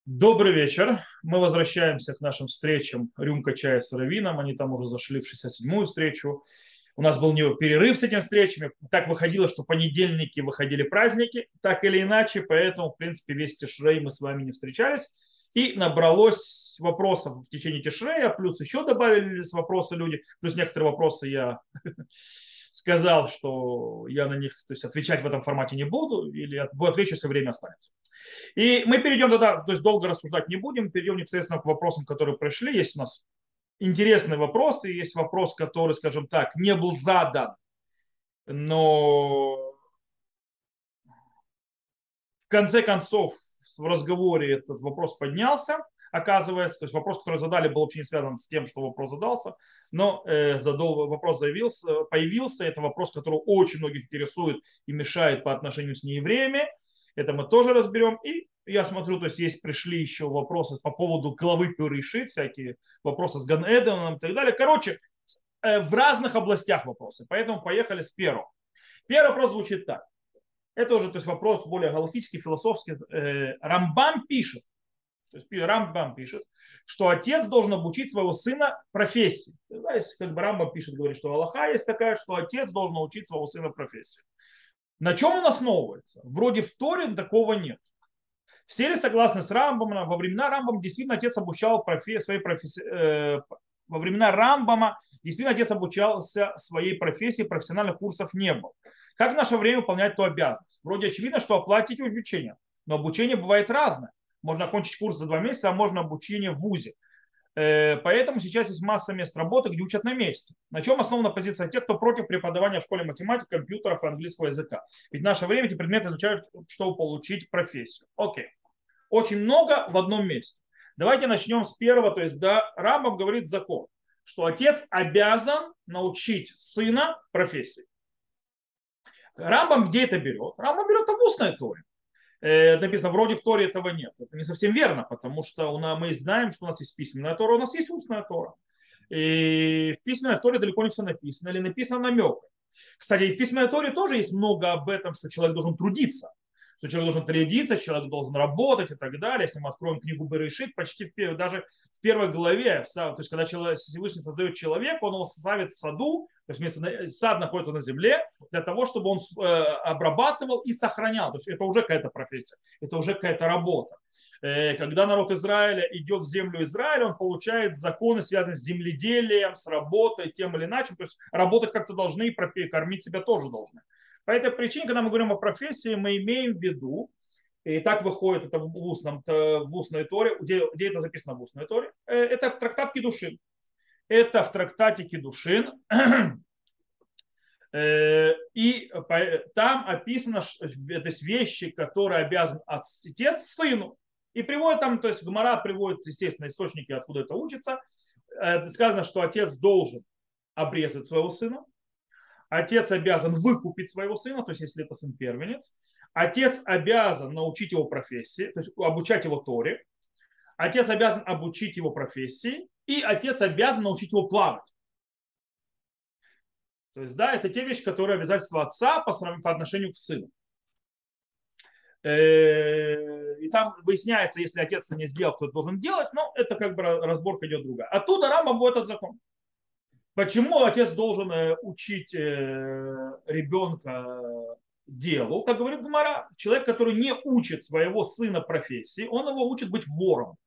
Добрый вечер. Мы возвращаемся к нашим встречам «Рюмка чая с Равином». Они там уже зашли в 67-ю встречу. У нас был не перерыв с этими встречами. Так выходило, что понедельники выходили праздники, так или иначе. Поэтому, в принципе, весь Тишрей мы с вами не встречались. И набралось вопросов в течение Тишрея, плюс еще добавились вопросы люди, плюс некоторые вопросы я сказал, что я на них, то есть отвечать в этом формате не буду, или отвечу, если время останется. И мы перейдем тогда, то есть долго рассуждать не будем, перейдем непосредственно к вопросам, которые пришли. Есть у нас интересные вопросы, есть вопрос, который, скажем так, не был задан, но в конце концов в разговоре этот вопрос поднялся, оказывается. То есть вопрос, который задали, был вообще не связан с тем, что вопрос задался, но вопрос появился. Это вопрос, который очень многих интересует и мешает по отношению с неевреями. Это мы тоже разберем. И я смотрю, то есть пришли еще вопросы по поводу главы Пюришит, всякие вопросы с Ган-Эденом и так далее. Короче, в разных областях вопросы. Поэтому поехали с первого. Первый вопрос звучит так. Это уже, то есть вопрос более галактический, философский. Рамбам пишет, то есть Рамбам пишет, что отец должен обучить своего сына профессии. Да, если как бы Рамбам пишет, говорит, что Аллаха есть такая, что отец должен научить своего сына профессии. На чем он основывается? Вроде в Торе такого нет. Все ли согласны с Рамбамом? Во времена Рамбама действительно отец обучал своей профессии. Во времена Рамбама действительно отец обучался своей профессии, профессиональных курсов не было. Как в наше время выполнять ту обязанность? Вроде очевидно, что оплатить обучение, но обучение бывает разное. Можно окончить курс за 2 месяца, а можно обучение в ВУЗе. Поэтому сейчас есть масса мест работы, где учат на месте. На чем основана позиция тех, кто против преподавания в школе математики, компьютеров и английского языка? Ведь в наше время эти предметы изучают, чтобы получить профессию. Окей. Очень много в одном месте. Давайте начнем с первого. То есть, да, Рамбам говорит закон, что отец обязан научить сына профессии. Рамбам где это берет? Рамбам берет это в устной Торе. Написано, вроде в Торе этого нет. Это не совсем верно, потому что мы знаем, что у нас есть письменная Тора, у нас есть устная Тора. И в письменной Торе далеко не все написано, или написано намеком. Кстати, и в письменной Торе тоже есть много об этом, что человек должен трудиться. Что человек должен трудиться, человек должен работать и так далее. Если мы откроем книгу Берешит, почти даже в первой главе, то есть когда Всевышний создает человека, он его ставит в саду, то есть сад находится на земле, для того, чтобы он обрабатывал и сохранял. То есть это уже какая-то профессия, это уже какая-то работа. Когда народ Израиля идет в землю Израиля, он получает законы, связанные с земледелием, с работой, тем или иначе. То есть работать как-то должны и кормить себя тоже должны. По этой причине, когда мы говорим о профессии, мы имеем в виду, и так выходит это в устной Торе, где это записано в устной Торе, это в трактат Кидушин. Это в трактате Кидушин. И там описано то есть вещи, которые обязан отец сыну. И приводит там, то есть Гмара приводит, естественно, источники, откуда это учится. Сказано, что отец должен обрезать своего сына. Отец обязан выкупить своего сына, то есть если это сын первенец. Отец обязан научить его профессии, то есть обучать его Торе. Отец обязан обучить его профессии. И отец обязан научить его плавать. То есть, да, это те вещи, которые обязательства отца по отношению к сыну. И там выясняется, если отец это не сделал, кто это должен делать, но это как бы разборка идет другая. Оттуда Рамбам будет этот закон. Почему отец должен учить ребенка делу? Как говорит Гмара, человек, который не учит своего сына профессии, он его учит быть вором.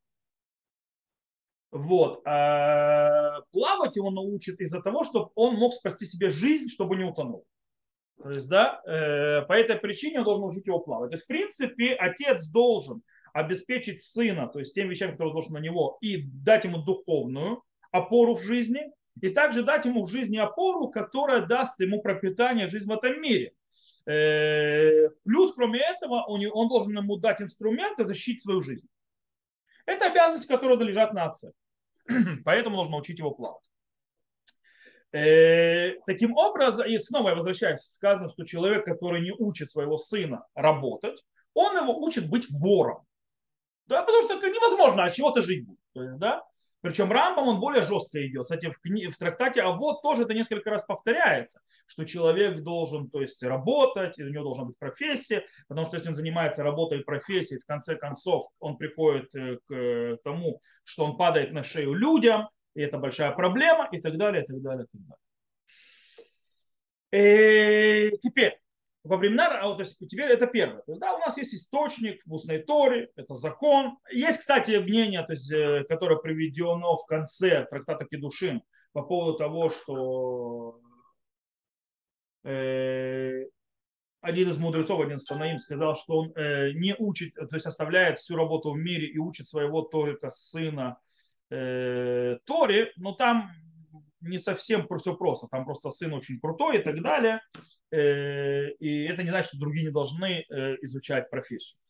Вот. А плавать его научит из-за того, чтобы он мог спасти себе жизнь, чтобы не утонул. То есть, да, по этой причине он должен учить его плавать. То есть, в принципе, отец должен обеспечить сына, то есть тем вещами, которые должны на него, и дать ему духовную опору в жизни, и также дать ему в жизни опору, которая даст ему пропитание жизни в этом мире. Плюс, кроме этого, он должен ему дать инструменты защитить свою жизнь. Это обязанности, которые лежат на отце. Поэтому нужно учить его плавать. Таким образом, и снова я возвращаюсь, сказано, что человек, который не учит своего сына работать, он его учит быть вором. Да, потому что это невозможно, от чего-то жить будет. То есть, да? Причем Рамбам, он более жестко идет. Кстати, в трактате, а вот тоже это несколько раз повторяется, что человек должен, то есть, работать, и у него должна быть профессия, потому что если он занимается работой и профессией, в конце концов он приходит к тому, что он падает на шею людям, и это большая проблема, и так далее, и так далее, и так далее. Теперь, во времена, то есть теперь это первое. То есть, да, у нас есть источник в устной Торе, это закон. Есть, кстати, мнение, то есть, которое приведено в конце трактата Кедушин по поводу того, что один из мудрецов, один из Танаим, сказал, что он не учит, то есть оставляет всю работу в мире и учит своего только сына Торе, но там не совсем все просто. Там просто сын очень крутой и так далее. И это не значит, что другие не должны изучать профессию.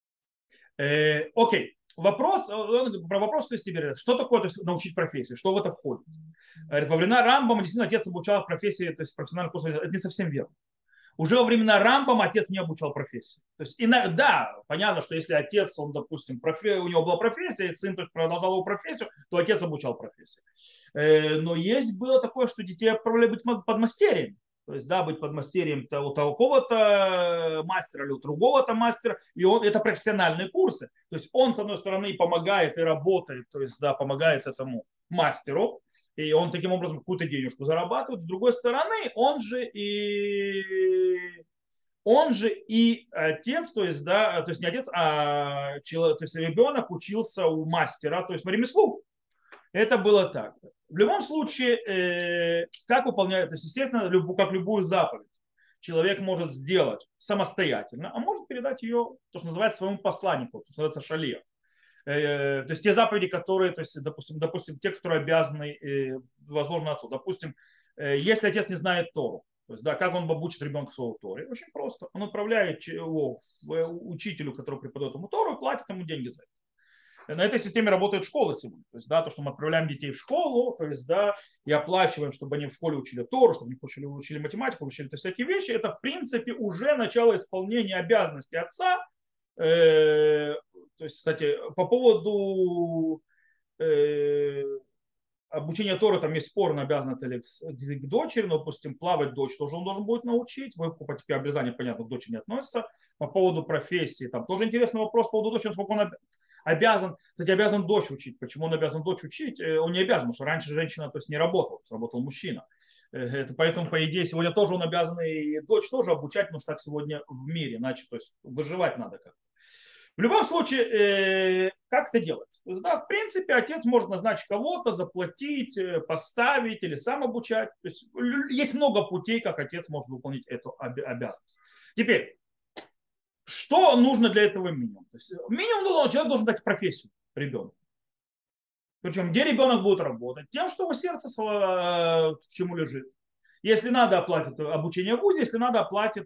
Окей. Вопрос, про вопрос, то есть теперь, что такое то есть, научить профессию, что в это входит? Во времена Рамбама действительно отец обучал профессии, то есть профессиональных курсов, это не совсем верно. Уже во времена Рамбама отец не обучал профессии. То есть, да, понятно, что если отец, он, допустим, у него была профессия, и сын то есть, продолжал его профессию, то отец обучал профессии. Но есть было такое, что детей отправляли быть подмастерьями. То есть, да, быть подмастерьем у такого-то мастера или у другого-то мастера. И это профессиональные курсы. То есть он, с одной стороны, помогает и работает, то есть, да, помогает этому мастеру, и он таким образом какую-то денежку зарабатывает. С другой стороны, он же и отец, то есть, да, то есть не отец, а человек, то есть ребенок учился у мастера, то есть по ремеслу. Это было так. В любом случае, как выполняют, то есть, естественно, как любую заповедь, человек может сделать самостоятельно, а может передать ее, то, что называется, своему посланнику, то, что называется шалиах. То есть те заповеди, которые, то есть, допустим, те, которые обязаны, возможно, отцу. Допустим, если отец не знает Тору, то есть, да, как он обучит ребенка своего Торе? Очень просто. Он отправляет его учителю, который преподает ему Тору, и платит ему деньги за это. На этой системе работают школы сегодня. То есть, да, то, что мы отправляем детей в школу, то есть, да, и оплачиваем, чтобы они в школе учили Тору, чтобы они учили математику, учили то есть, всякие вещи, это, в принципе, уже начало исполнения обязанностей отца. То есть, кстати, по поводу обучения Торы, там есть спор, обязан это ли к дочери, но, допустим, плавать дочь тоже он должен будет научить, выкупать обрезание, понятно, к дочери не относится. По поводу профессии, там тоже интересный вопрос по поводу дочери, насколько он обязан, кстати, обязан дочь учить. Почему он обязан дочь учить? Он не обязан, потому что раньше женщина то есть, не работала, работал мужчина. Это поэтому, по идее, сегодня тоже он обязан и дочь тоже обучать, потому что так сегодня в мире, иначе то есть, выживать надо как-то. В любом случае, как это делать? Да, в принципе, отец может назначить кого-то, заплатить, поставить или сам обучать. То есть много путей, как отец может выполнить эту обязанность. Теперь, что нужно для этого минимум? То есть, минимум человек должен дать профессию ребенку. Причем, где ребенок будет работать? Тем, что его сердце к чему лежит. Если надо, оплатит обучение в ВУЗе, если надо, оплатит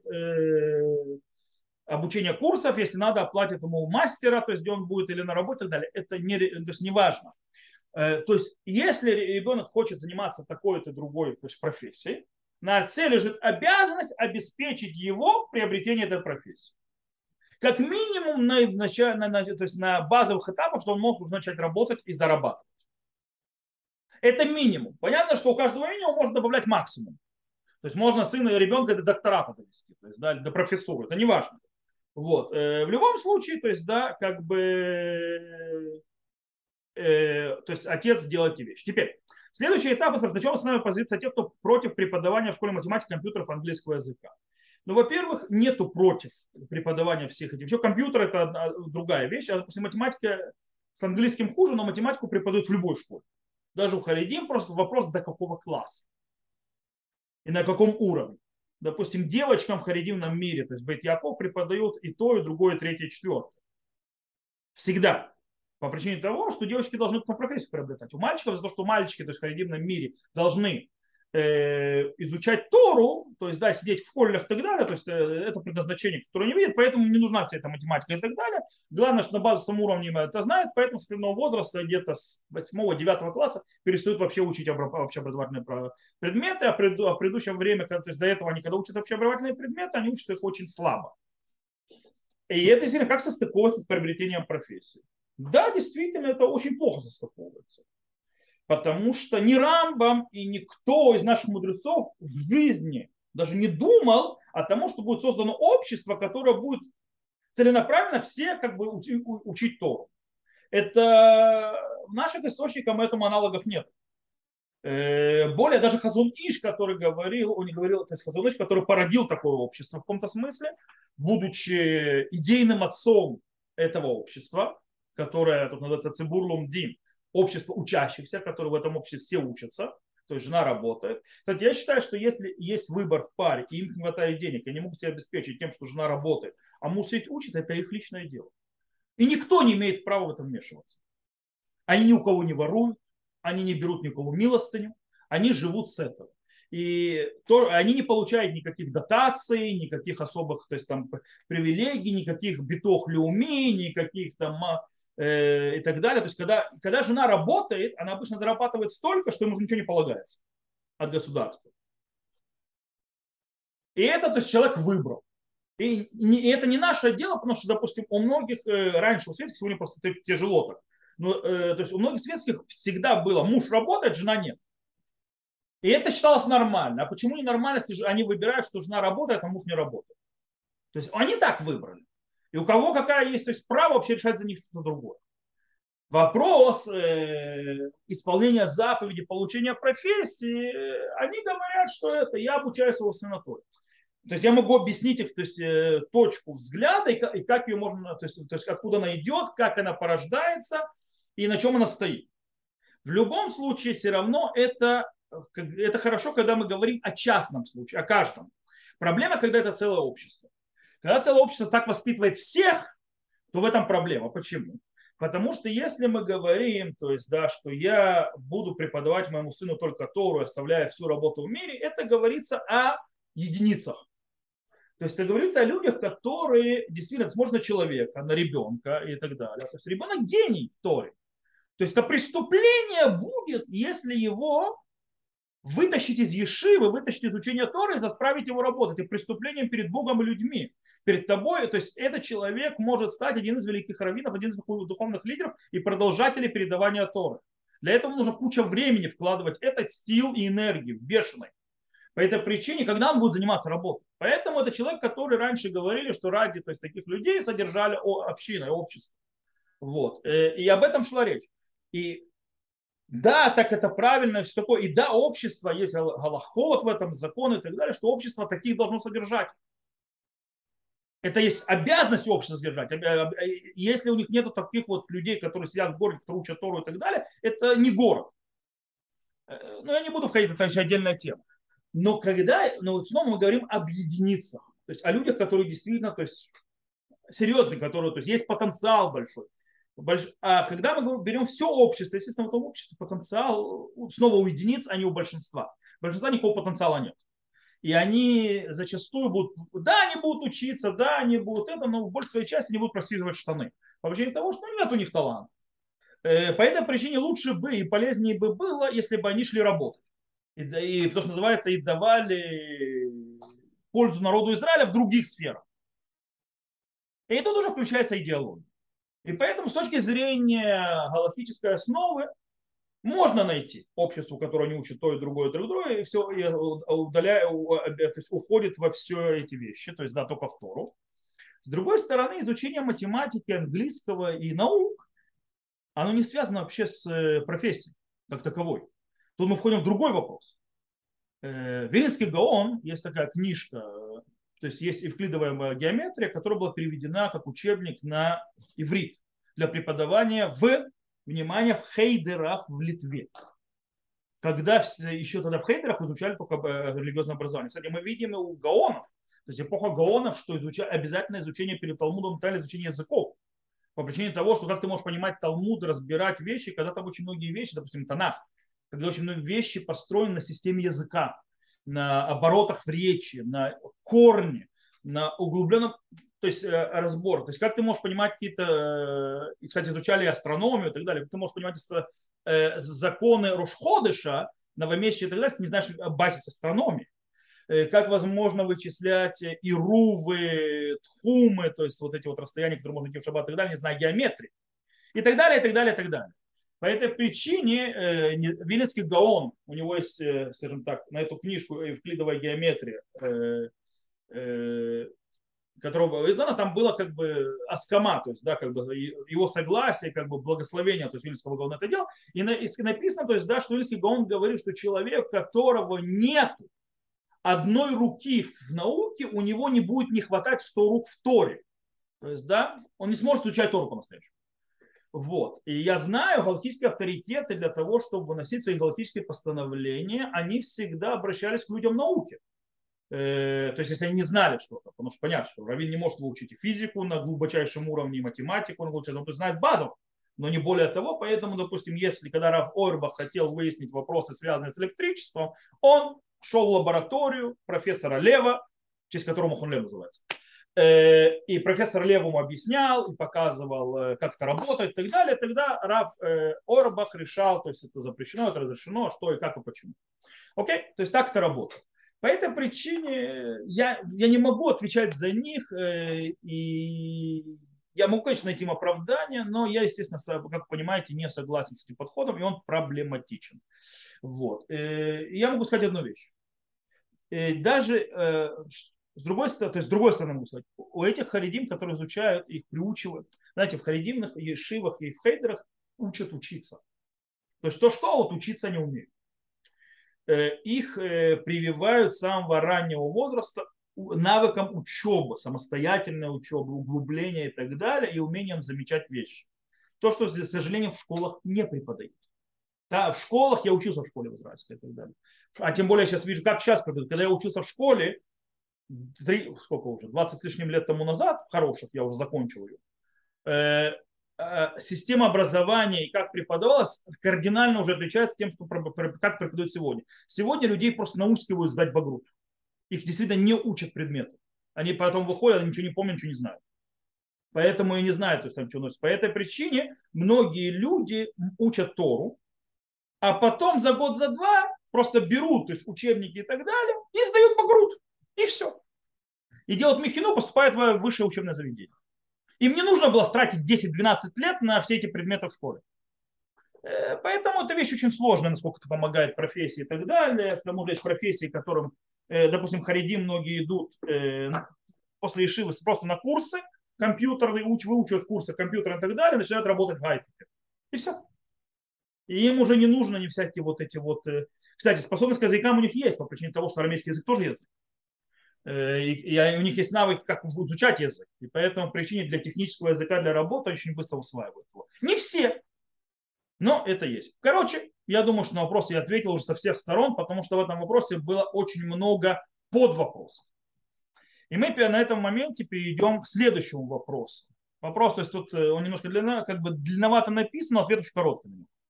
обучение курсов, если надо, оплатит ему мастера, то есть где он будет или на работе и так далее. Это то есть не важно. То есть если ребенок хочет заниматься такой-то другой то есть профессией, на отце лежит обязанность обеспечить его приобретение этой профессии. Как минимум то есть на базовых этапах, что он мог уже начать работать и зарабатывать. Это минимум. Понятно, что у каждого минимума можно добавлять максимум. То есть можно сына и ребенка до доктората довести, то есть, да, до профессуры. Это не важно. Вот. В любом случае, то есть, да, как бы, то есть отец делает эти вещи. Теперь, следующий этап, на чем основная позиция тех, кто против преподавания в школе математики, компьютеров, английского языка. Ну, во-первых, нету против преподавания всех этих. Еще компьютер это другая вещь, а, допустим, математика с английским хуже, но математику преподают в любой школе. Даже у харидим просто вопрос, до какого класса и на каком уровне. Допустим, девочкам в харидимном мире, то есть Бейт Яков преподают и то, и другое, и третье, и четвертое. Всегда. По причине того, что девочки должны на профессию приобретать. У мальчиков за то, что мальчики, то есть в харидимном мире, должны изучать Тору, то есть, да, сидеть в школах и так далее, то есть это предназначение, которое не видят, поэтому не нужна вся эта математика и так далее. Главное, что на базовом уровне это знают, поэтому с определенного возраста, где-то с 8-9 класса, перестают вообще учить общеобразовательные предметы, а в предыдущее время, то есть до этого они, когда учат общеобразовательные предметы, они учат их очень слабо. И это действительно как состыковывается с приобретением профессии. Да, действительно, это очень плохо состыковывается. Потому что ни Рамбам и никто из наших мудрецов в жизни даже не думал о том, что будет создано общество, которое будет целенаправленно все как бы учить Тору. Это в наших источниках этому аналогов нет. Более даже Хазон Иш, который говорил, он не говорил, то есть Хазон Иш, который породил такое общество в каком-то смысле, будучи идейным отцом этого общества, которое тут называется Цибурлум Дим, общество учащихся, которые в этом обществе все учатся, то есть жена работает. Кстати, я считаю, что если есть выбор в паре, и им не хватает денег, и они могут себя обеспечить тем, что жена работает, а муж сидит учится, это их личное дело. И никто не имеет права в этом вмешиваться. Они ни у кого не воруют, они не берут никого милостыню, они живут с этого. И они не получают никаких дотаций, никаких особых, то есть, там, привилегий, никаких битох люми, никаких там и так далее. То есть когда жена работает, она обычно зарабатывает столько, что ему уже ничего не полагается от государства. И это, то есть, человек выбрал. И это не наше дело, потому что, допустим, у многих раньше, у светских сегодня просто тяжело так. Но, то есть у многих светских всегда было, муж работает, жена нет. И это считалось нормально. А почему не нормально, если они выбирают, что жена работает, а муж не работает? То есть они так выбрали. И у кого какая есть, то есть право вообще решать за них что-то другое. Вопрос исполнения заповеди, получения профессии, они говорят, что это я обучаюсь его санатории. То есть я могу объяснить их, то есть, точку взгляда и как ее можно, то есть откуда она идет, как она порождается и на чем она стоит. В любом случае все равно это хорошо, когда мы говорим о частном случае, о каждом. Проблема, когда это целое общество. Когда целое общество так воспитывает всех, то в этом проблема. Почему? Потому что если мы говорим, то есть, да, что я буду преподавать моему сыну только Тору, оставляя всю работу в мире, это говорится о единицах. То есть это говорится о людях, которые действительно смотрят на человека, на ребенка и так далее. То есть ребенок гений в Торе. То есть это преступление будет, если его вытащить из ешивы, вытащить из учения Торы и засправить его работу. Это преступлением перед Богом и людьми. Перед тобой, то есть этот человек может стать один из великих раввинов, один из духовных лидеров и продолжателей передавания Торы. Для этого нужно куча времени вкладывать. Это сил и энергии бешеной. По этой причине, когда он будет заниматься работой. Поэтому это человек, который раньше говорили, что ради, то есть, таких людей содержали общины, общество. Вот. И об этом шла речь. И да, так это правильно, все такое. И да, общество, есть галахот в этом, законы и так далее, что общество таких должно содержать. Это есть обязанность общества содержать. Если у них нет таких вот людей, которые сидят в городе, которые учат Тору и так далее, это не город. Но я не буду входить, это еще отдельная тема. Но снова мы говорим об единицах, то есть о людях, которые действительно, то есть серьезные, которые, то есть есть потенциал большой. А когда мы берем все общество, естественно, в этом обществе потенциал снова у единиц, а не у большинства. У большинства никакого потенциала нет. И они зачастую будут, да, они будут учиться, да, они будут это, но в большей своей части не будут просиживать штаны. По причине того, что нет у них таланта. По этой причине лучше бы и полезнее бы было, если бы они шли работать. И то, что называется, и давали пользу народу Израиля в других сферах. И тут уже включается идеология. И поэтому с точки зрения галактической основы можно найти общество, которое не учит то и другое, и все, и то есть уходит во все эти вещи, то есть да, только в Тору. С другой стороны, изучение математики, английского и наук, оно не связано вообще с профессией как таковой. Тут мы входим в другой вопрос. Вилинский Гаон, есть такая книжка, то есть есть евклидовая геометрия, которая была переведена как учебник на иврит для преподавания внимание, в хейдерах в Литве. Когда еще тогда в хейдерах изучали только религиозное образование. Кстати, мы видим и у гаонов, то есть эпоха гаонов, что обязательно изучение перед Талмудом, тайное изучение языков. По причине того, что как ты можешь понимать Талмуд, разбирать вещи, когда там очень многие вещи, допустим, Танах, когда очень многие вещи построены на системе языка, на оборотах в речи, на корне, на углубленном, то есть разбор. То есть как ты можешь понимать какие-то, и, кстати, изучали астрономию и так далее, как ты можешь понимать законы Рошходыша, новомесячия и так далее, если не знаешь базис астрономии. Как возможно вычислять ирувы, тхумы, то есть вот эти вот расстояния, которые можно найти в шаббат и так далее, не зная геометрии. И так далее, и так далее, и так далее. По этой причине Виленский Гаон, у него есть, скажем так, на эту книжку «Евклидовая геометрия», э, которого издана, там было как бы аскама, то есть, да, как бы его согласие, как бы благословение, то есть Вильнского Гаона это делал. И написано, то есть, да, что Вильнский Гаон говорит, что человек, которого нет одной руки в науке, у него не будет не хватать 100 рук в Торе. То есть, да, он не сможет изучать Тору по-настоящему. Вот. И я знаю, галактические авторитеты для того, чтобы выносить свои галактические постановления, они всегда обращались к людям науки. То есть, если они не знали что-то, потому что понятно, что раввин не может выучить и физику на глубочайшем уровне, и математику, он знает базу, но не более того. Поэтому, допустим, если когда Рав Ойрбах хотел выяснить вопросы, связанные с электричеством, он шел в лабораторию профессора Лева, в честь которого Хон Лев называется. И профессор Лев ему объяснял и показывал, как это работает и так далее. Тогда Рав Ойрбах решал, то есть это запрещено, это разрешено, что и как и почему. Окей? То есть так это работает. По этой причине я не могу отвечать за них, и я могу, конечно, найти им оправдание, но я, естественно, как вы понимаете, не согласен с этим подходом, и он проблематичен. Вот. Я могу сказать одну вещь. Даже с другой стороны, могу сказать, у этих харидим, которые изучают, их приучивают, знаете, в харидимных ешивах и в хейдерах учат учиться. То есть то, что вот учиться не умеют. Их прививают с самого раннего возраста навыкам учебы, самостоятельной учебы, углубления и так далее, и умением замечать вещи. То, что, к сожалению, в школах не преподают. Да, в школах, я учился в школе в израильской и так далее. А тем более я сейчас вижу, как сейчас преподают. Когда я учился в школе, сколько уже, 20 с лишним лет тому назад, хороших, я уже закончил ее, система образования и как преподавалась кардинально уже отличается тем, что как преподают сегодня. Сегодня людей просто наускивают сдать багрут. Их действительно не учат предмету. Они потом выходят, они ничего не помнят, ничего не знают. Поэтому и не знают, то есть там что носят. По этой причине многие люди учат Тору, а потом за год, за два просто берут, то есть учебники и так далее, и сдают багрут. И все. И делают мехину, поступают в высшее учебное заведение. Им не нужно было тратить 10-12 лет на все эти предметы в школе. Поэтому эта вещь очень сложная, насколько это помогает профессии и так далее. Потому что есть профессии, которым, допустим, харидим многие идут после ешивы просто на курсы компьютерные, выучивают курсы компьютера и так далее, начинают работать в хай-теке. И все. И им уже не нужно не всякие вот эти вот... Кстати, способность к языкам у них есть, по причине того, что арамейский язык тоже язык. И у них есть навык, как изучать язык. И по этому причине для технического языка, для работы очень быстро усваивают его. Не все, но это есть. Короче, я думаю, что на вопрос я ответил уже со всех сторон, потому что в этом вопросе было очень много подвопросов. И мы на этом моменте перейдем к следующему вопросу. Вопрос, то есть тут он немножко как бы длинновато написан, но ответ очень короткий.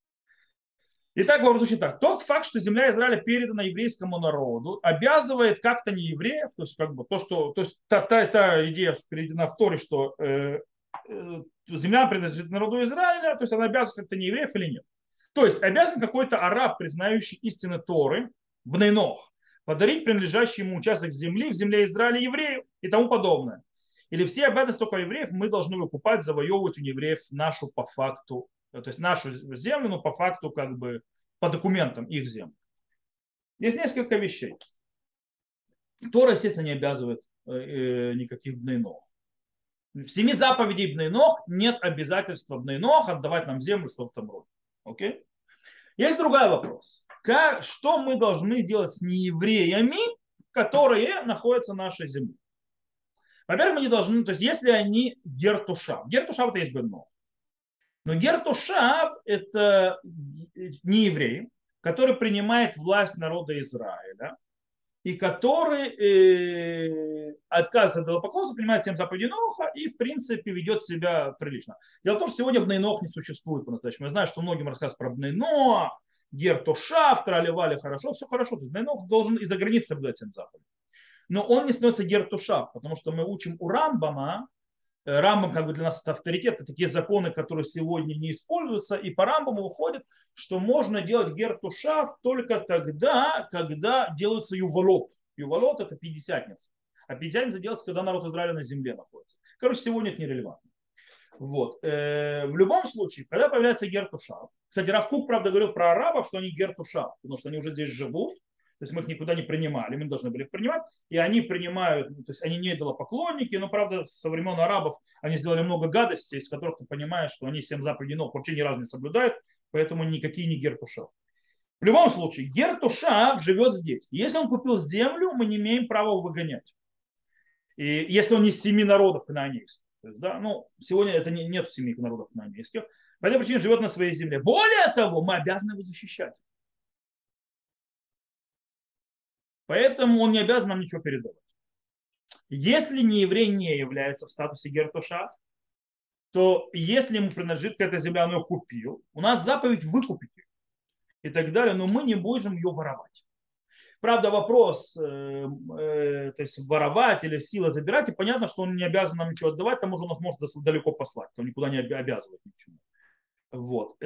Итак, вопрос звучит так. Тот факт, что земля Израиля передана еврейскому народу, обязывает как-то не евреев, то есть как бы то, что, то есть та идея переведена в Торе, что земля принадлежит народу Израиля, то есть она обязывает как-то не евреев или нет. То есть обязан какой-то араб, признающий истины Торы, Бней-Нох, подарить принадлежащий ему участок земли в земле Израиля еврею и тому подобное. Или все обязанности только евреев мы должны выкупать, завоевывать у евреев нашу по факту, то есть нашу землю, но по факту как бы по документам их землю. Есть несколько вещей. Тора, естественно, не обязывает никаких бней-нох. В 7 заповедей бней-нох нет обязательства бней-нох отдавать нам землю, что в этом роде. Окей? Есть другой вопрос. Что мы должны делать с неевреями, которые находятся в нашей земле? Во-первых, мы не должны, то есть если они гертушав. Гертушав это есть бней-нох. Но гертушав это не еврей, который принимает власть народа Израиля и который отказывается от идолопоклонства, принимает 7 заповедей Ноха и, в принципе, ведет себя прилично. Дело в том, что сегодня бней-нох не существует по-настоящему. Я знаю, что многим рассказывают про бней-нох, гертушав, тролливали хорошо, все хорошо. Бней-нох должен из-за границы соблюдать 7 заповедей. Но он не становится гертушав, потому что мы учим у Рамбама, Рамбам как бы для нас это авторитет, это такие законы, которые сегодня не используются, и по Рамбаму выходит, что можно делать гертушав только тогда, когда делается ювалот. Ювалот это пятидесятница. А пятидесятница делается, когда народ Израиля на земле находится. Короче, сегодня это нерелевантно. Вот. В любом случае, когда появляется гертушав, кстати, Рав Кук, правда, говорил про арабов, что они гертушав, потому что они уже здесь живут, то есть мы их никуда не принимали, мы должны были их принимать, и они принимают, то есть они не идолопоклонники, но, правда, со времен арабов они сделали много гадостей, из которых ты понимаешь, что они 7 заповедей ног вообще ни разу не соблюдают, поэтому никакие не гертушав. В любом случае, гертушав живет здесь. Если он купил землю, мы не имеем права его выгонять. И если он не из 7 народов кнаанейских. То есть, да, ну, сегодня это нет 7 народов кнаанейских. По этой причине живет на своей земле. Более того, мы обязаны его защищать. Поэтому он не обязан нам ничего передавать. Если не еврей не является в статусе гертуша, то если ему принадлежит какая-то земля, он ее купил, у нас заповедь выкупить ее и так далее, но мы не будем ее воровать. Правда, вопрос, то есть воровать или сила забирать, и понятно, что он не обязан нам ничего отдавать, тому же он нас может далеко послать, он никуда не обязывает ничего. Вот.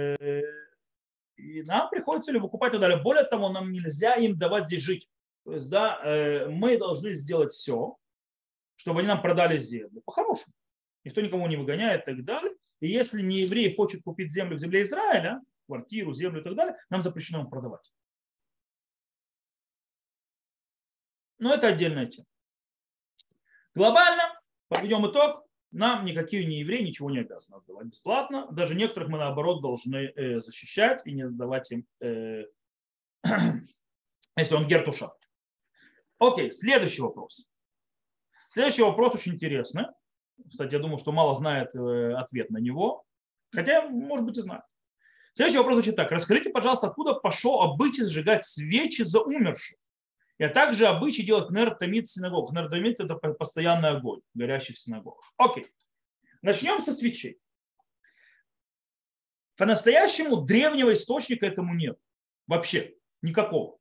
И нам приходится ли выкупать и так далее. Более того, нам нельзя им давать здесь жить. То есть, да, мы должны сделать все, чтобы они нам продали землю. По-хорошему. Никто никого не выгоняет и так далее. И если не еврей хочет купить землю в земле Израиля, квартиру, землю и так далее, нам запрещено им продавать. Но это отдельная тема. Глобально, подведем итог, нам никакие не евреи ничего не обязаны отдавать бесплатно. Даже некоторых мы, наоборот, должны защищать и не давать им, если он гертуша. Окей, следующий вопрос. Следующий вопрос очень интересный. Кстати, я думаю, что мало знает ответ на него. Хотя, может быть, и знает. Следующий вопрос звучит так. Расскажите, пожалуйста, откуда пошел обычай сжигать свечи за умерших? И также обычай делать нер-тамид в синагогах. Нер-тамид – это постоянный огонь, горящий в синагогах. Окей. Начнем со свечей. По-настоящему древнего источника этому нет. Вообще никакого.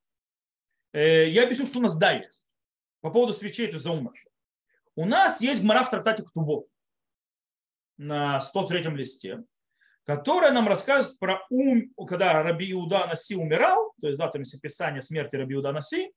Я объясню, что у нас да есть. По поводу свечей, это за умерших. У нас есть гмара в трактате Ктубот на 103-м листе, которая нам рассказывает про когда Раби Иуда Анаси умирал, то есть, да, там есть описание смерти Раби Иуда Анаси,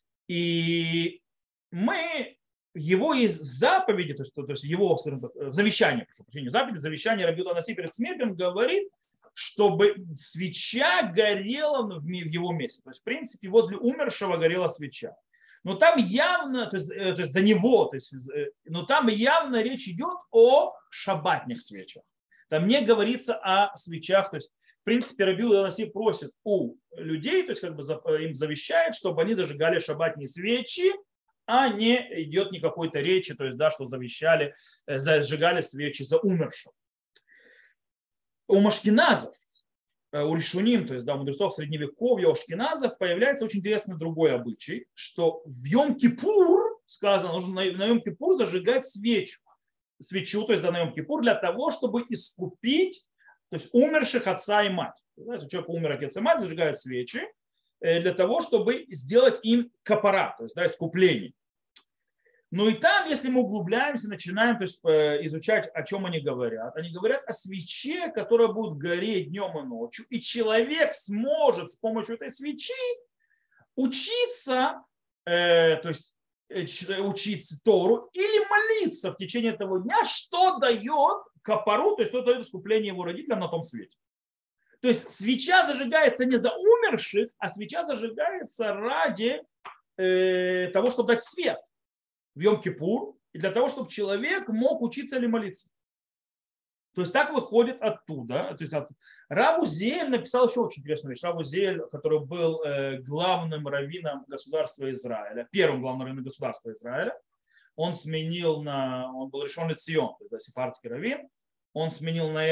и мы его из заповеди, то есть его, скажем так, завещание, прошу прощения, заповеди, завещание Раби Иуда Анаси перед смертью, он говорит, чтобы свеча горела в его месте. То есть, в принципе, возле умершего горела свеча. Но там явно, то есть за него, то есть, но там явно речь идет о шаббатных свечах. Там не говорится о свечах, то есть, в принципе, Раби Иуда Анаси просит у людей, то есть как бы им завещает, чтобы они зажигали шаббатные свечи, а не идет никакой-то речи, то есть, да, что завещали, зажигали свечи за умершего. У машкеназов, у решуним, то есть да, у мудрецов средневековья, у ашкеназов появляется очень интересный другой обычай, что в Йом-Кипур, сказано, нужно на Йом-Кипур зажигать свечу, то есть да, на Йом-Кипур для того, чтобы искупить, то есть умерших отца и мать. Знаете, у человека умер отец и мать, зажигают свечи для того, чтобы сделать им капара, то есть да, искупление. Ну и там, если мы углубляемся, начинаем то есть, изучать, о чем они говорят о свече, которая будет гореть днем и ночью, и человек сможет с помощью этой свечи учиться, то есть учиться Тору или молиться в течение этого дня, что дает капару, то есть что дает искупление его родителям на том свете. То есть свеча зажигается не за умерших, а свеча зажигается ради того, чтобы дать свет в Йом-Кипур, и для того, чтобы человек мог учиться или молиться. То есть так выходит оттуда. То есть Рав Узиэль написал еще очень интересную вещь. Рав Узиэль, который был главным раввином государства Израиля, первым главным раввином государства Израиля, он был решен Лецион, то есть сефардский раввин, он сменил на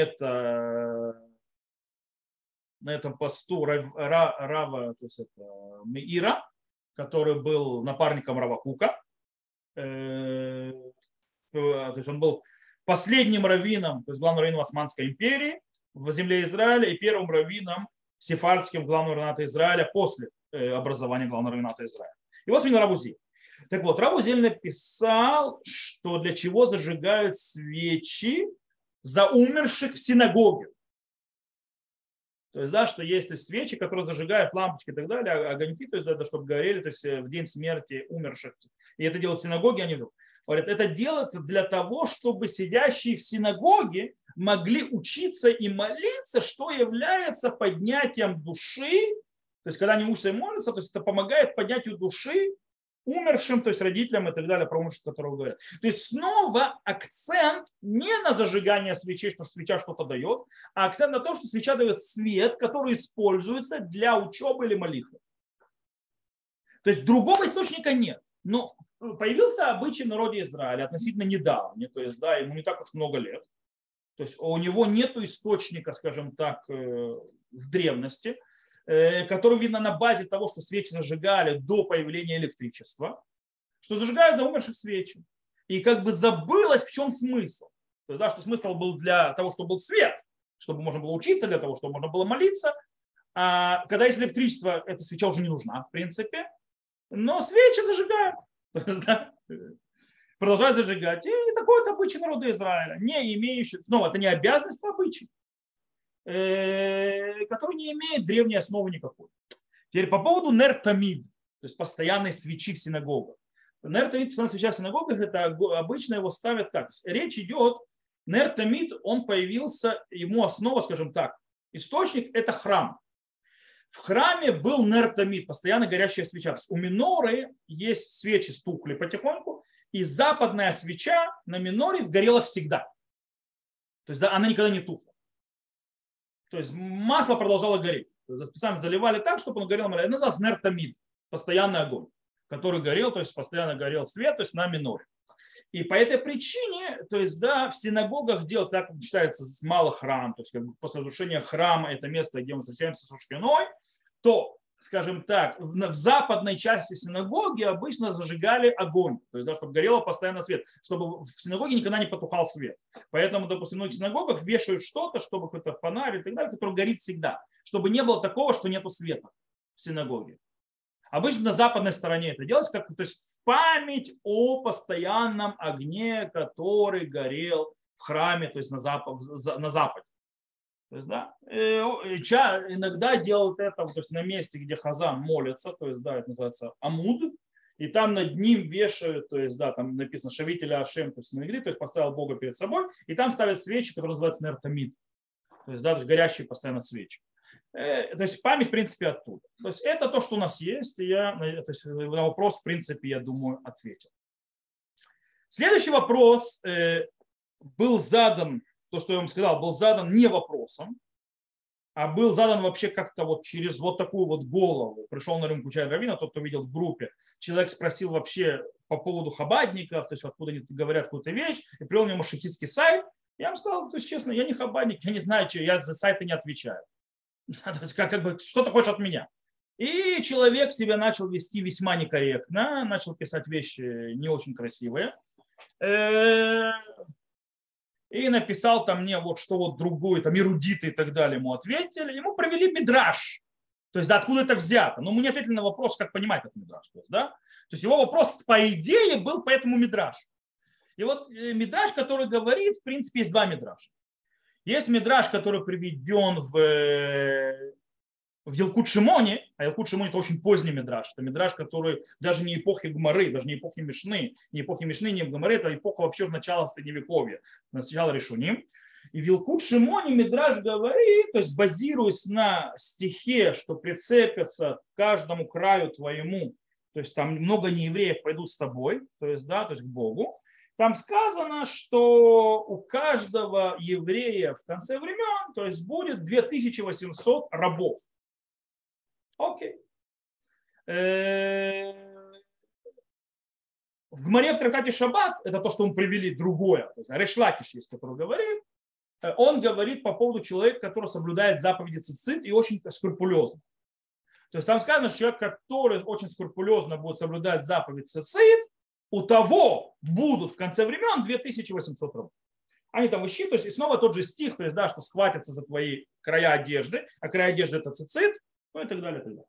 этом посту Рава, то есть это Меира, который был напарником Рава Кука. То есть он был последним раввином, то есть главным раввином Османской империи в земле Израиля и первым раввином сефардским главного раввината Израиля после образования главного раввината Израиля. Его сменил Рав Узиэль. Так вот, Рав Узиэль написал, что для чего зажигают свечи за умерших в синагоге. То есть, да, что есть свечи, которые зажигают лампочки и так далее, огоньки, то есть, да, чтобы горели, то есть в день смерти умерших. И это делают синагоги, они Говорят, это делают для того, чтобы сидящие в синагоге могли учиться и молиться, что является поднятием души. То есть, когда они учатся и молятся, то есть это помогает поднятию души умершим, то есть родителям и так далее, про умерших, которые говорят. То есть снова акцент не на зажигание свечей, что свеча что-то дает, а акцент на том, что свеча дает свет, который используется для учебы или молитвы. То есть другого источника нет. Но появился обычай в народе Израиля относительно недавно, то есть да, ему не так уж много лет. То есть у него нет источника, скажем так, в древности, который видно на базе того, что свечи зажигали до появления электричества, что зажигают за умерших свечи. И как бы забылось, в чем смысл. То есть, да, что смысл был для того, чтобы был свет, чтобы можно было учиться, для того, чтобы можно было молиться. А когда есть электричество, эта свеча уже не нужна, в принципе. Но свечи зажигают. То есть, да, продолжают зажигать. И такой вот обычай народа Израиля, не имеющий, снова, это не обязанность, а обычай, который не имеет древней основы никакой. Теперь по поводу нер-тамид, то есть постоянной свечи в синагогах. Нер-тамид, постоянная свеча в синагогах, это обычно его ставят так. Речь идет, нер-тамид, он появился, ему основа, скажем так, источник – это храм. В храме был нер-тамид, постоянно горящая свеча. То есть у миноры есть свечи, стухли потихоньку, и западная свеча на миноре горела всегда. То есть да, она никогда не тухла. То есть масло продолжало гореть. То есть специально заливали так, чтобы он горел. Это называется нер-тамид, постоянный огонь, который горел, то есть постоянно горел свет, то есть на миноре. И по этой причине, то есть, да, в синагогах делают, так считается, мало храм, то есть как бы после разрушения храма это место, где мы встречаемся с Шхиной, то, скажем так, в западной части синагоги обычно зажигали огонь, то есть, да, чтобы горело постоянно свет, чтобы в синагоге никогда не потухал свет. Поэтому, допустим, в многих синагогах вешают что-то, чтобы какой-то фонарь и так далее, который горит всегда, чтобы не было такого, что нету света в синагоге. Обычно на западной стороне это делается, как, то есть в память о постоянном огне, который горел в храме, то есть на западе. То есть, да, иногда делают это то есть на месте, где хазан молится, то есть, да, это называется амуд, и там над ним вешают, то есть, да, там написано шавителя Ашем, то есть на игре, то есть поставил Бога перед собой, и там ставят свечи, которые называются нертамид, то есть, да, то есть горящие постоянно свечи. То есть память, в принципе, оттуда. То есть это то, что у нас есть, и я то есть, на вопрос, в принципе, я думаю, ответил. Следующий вопрос был задан, то, что я вам сказал, был задан не вопросом, а был задан вообще как-то вот через вот такую вот голову. Пришел на рынку чай Равина, тот, кто видел в группе, человек спросил вообще по поводу хабадников, то есть откуда они говорят какую-то вещь, и привел мне машахистский сайт. Я вам сказал, то есть честно, я не хабадник, я не знаю, что, я за сайты не отвечаю. Как бы, что ты хочешь от меня? И человек себя начал вести весьма некорректно, начал писать вещи не очень красивые. И написал там мне вот что вот другое, там эрудиты и так далее ему ответили. Ему провели мидраш. То есть, да, откуда это взято? Но мы не ответили на вопрос, как понимать этот мидраш. То есть, да? То есть его вопрос, по идее, был по этому мидрашу. И вот мидраш, который говорит, в принципе, есть два мидраша. Есть мидраш, который приведен в Елкут Шимоне, а Елкут Шимоне это очень поздний мидраш. Это мидраш, который даже не эпохи Гмары, даже не эпохи Мишны, не Гмары, это эпоха вообще в начало Средневековья, начало Решуним. И в Елкут Шимоне мидраш говорит, то есть базируясь на стихе, что прицепятся к каждому краю твоему, то есть там много неевреев пойдут с тобой, то есть, да, то есть к Богу. Там сказано, что у каждого еврея в конце времен, то есть будет 2800 рабов. Окей. В Гмаре в трактате Шаббат, это то, что он привели другое, то есть Решлакиш есть, который говорит, он говорит по поводу человека, который соблюдает заповеди цицит и очень скрупулезно. То есть там сказано, что человек, который очень скрупулезно будет соблюдать заповедь цицит, у того будут в конце времен 2800 рабов. Они там высчитывают, и снова тот же стих, то есть, да, что схватятся за твои края одежды, а края одежды это цицит, ну и так далее, и так далее.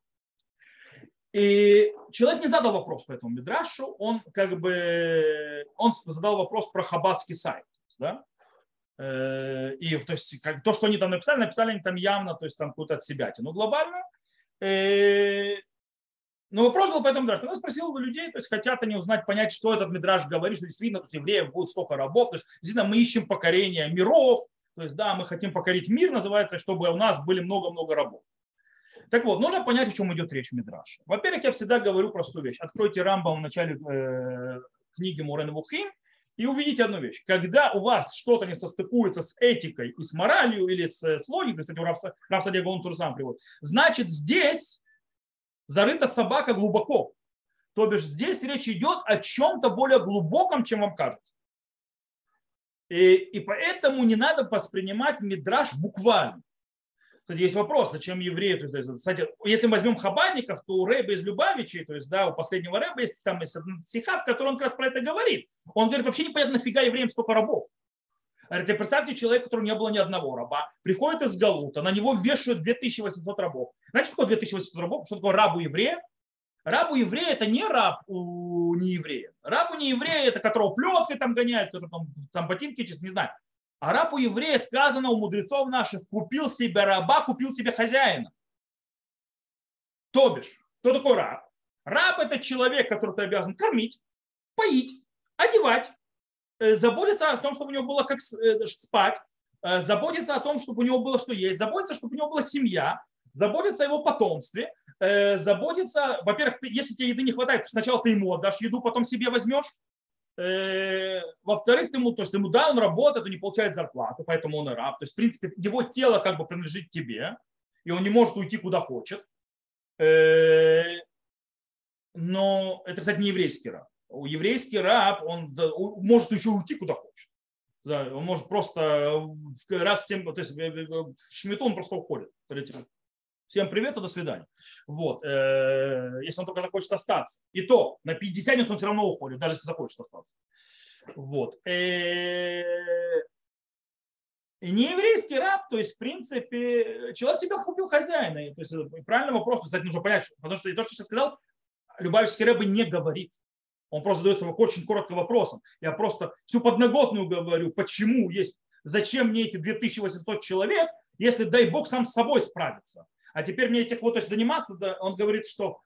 И человек не задал вопрос по этому мидрашу, он как бы он задал вопрос про хаббатский сайт. Да? И то есть как, то, что они там написали они там явно, то есть там какую-то от себя. Но глобально Но вопрос был по этому мидраш. Я спросил людей, то есть хотят они узнать, понять, что этот мидраш говорит, что действительно у евреев будет столько рабов. То есть действительно мы ищем покорение миров. То есть да, мы хотим покорить мир, называется, чтобы у нас были много-много рабов. Так вот, нужно понять, о чем идет речь в мидраше. Во-первых, я всегда говорю простую вещь. Откройте Рамбам в начале книги Муре Невухим и увидите одну вещь. Когда у вас что-то не состыкуется с этикой и с моралью или с логикой, кстати, Рав Садия Гаон тоже сам приводит, значит здесь зарыта собака глубоко. То бишь здесь речь идет о чем-то более глубоком, чем вам кажется. И поэтому не надо воспринимать мидраш буквально. Кстати, есть вопрос, зачем евреи, то есть, кстати, если мы возьмем хабадников, то у Рэба из Любавичей, то есть, да, у последнего Рэба есть там стиха, в котором он как раз про это говорит. Он говорит, вообще непонятно, нафига евреям столько рабов. Говорит, представьте человека, у которого не было ни одного раба, приходит из Галута, на него вешают 2800 рабов. Знаете, что такое 2800 рабов? Что такое раб у еврея? Раб у еврея это не раб у нееврея. Раб у нееврея это которого плеткой там гоняют, который там ботинки чистят, не знаю. А раб у еврея сказано у мудрецов наших, купил себе раба, купил себе хозяина. То бишь, кто такой раб? Раб это человек, которого ты обязан кормить, поить, одевать, заботиться о том, чтобы у него было как спать, заботиться о том, чтобы у него было что есть, заботиться, чтобы у него была семья, заботиться о его потомстве, заботиться, во-первых, если тебе еды не хватает, сначала ты ему отдашь еду, потом себе возьмешь. Во-вторых, то есть ему да, он работает, он не получает зарплату, поэтому он и раб. То есть, в принципе, его тело как бы принадлежит тебе, и он не может уйти куда хочет. Но это, кстати, не еврейский раб. Еврейский раб, он может еще уйти куда хочет. Да, он может просто раз в 7, то есть в шмиту он просто уходит. Всем привет и до свидания. Вот. Если он только захочет остаться. И то на 50 минут он все равно уходит, даже если захочет остаться. Вот. И нееврейский раб, то есть, в принципе, человек всегда купил хозяина. То есть, правильный вопрос, кстати, нужно понять, потому что то, что я сейчас сказал, Любавичский Рэбе не говорит. Он просто задается очень коротко вопросом. Я просто всю подноготную говорю, почему есть, зачем мне эти 2800 человек, если, дай Бог, сам с собой справится. А теперь мне этих вот то есть, заниматься, да, он говорит, что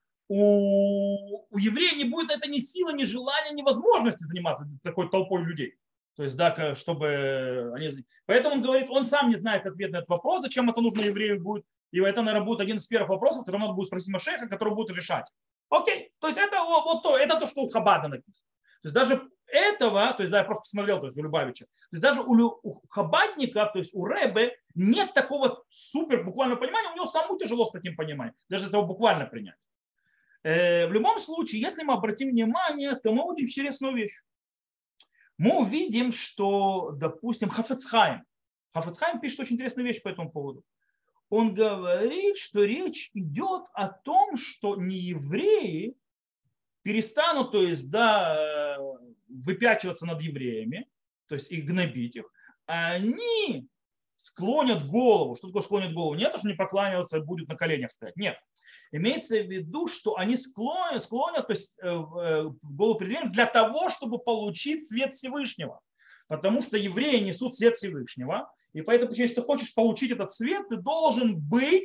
у еврея не будет это ни силы, ни желания, ни возможности заниматься такой толпой людей. То есть, да, чтобы они... Поэтому он говорит, он сам не знает ответ на этот вопрос, зачем это нужно еврею будет. И это, наверное, будет один из первых вопросов, который надо будет спросить Машеха, который будет решать. Окей, то есть это вот то, это то, что у Хабада написано. То есть даже этого, то есть да, я просто посмотрел, то есть у Любавича, то есть даже у хабадников, то есть у Рэбе нет такого супер буквального понимания, у него самому тяжело с таким пониманием, даже этого буквально принять. В любом случае, если мы обратим внимание, то мы увидим интересную вещь. Мы увидим, что, допустим, Хафец Хаим пишет очень интересную вещь по этому поводу. Он говорит, что речь идет о том, что неевреи перестанут, то есть, да, выпячиваться над евреями, то есть их гнобить их, а они склонят голову. Что такое склонят голову? Не то, что не покланяются, будут на коленях стоять. Нет. Имеется в виду, что они склонят то есть, голову перед евреем для того, чтобы получить свет Всевышнего. Потому что евреи несут свет Всевышнего. И поэтому, если ты хочешь получить этот свет, ты должен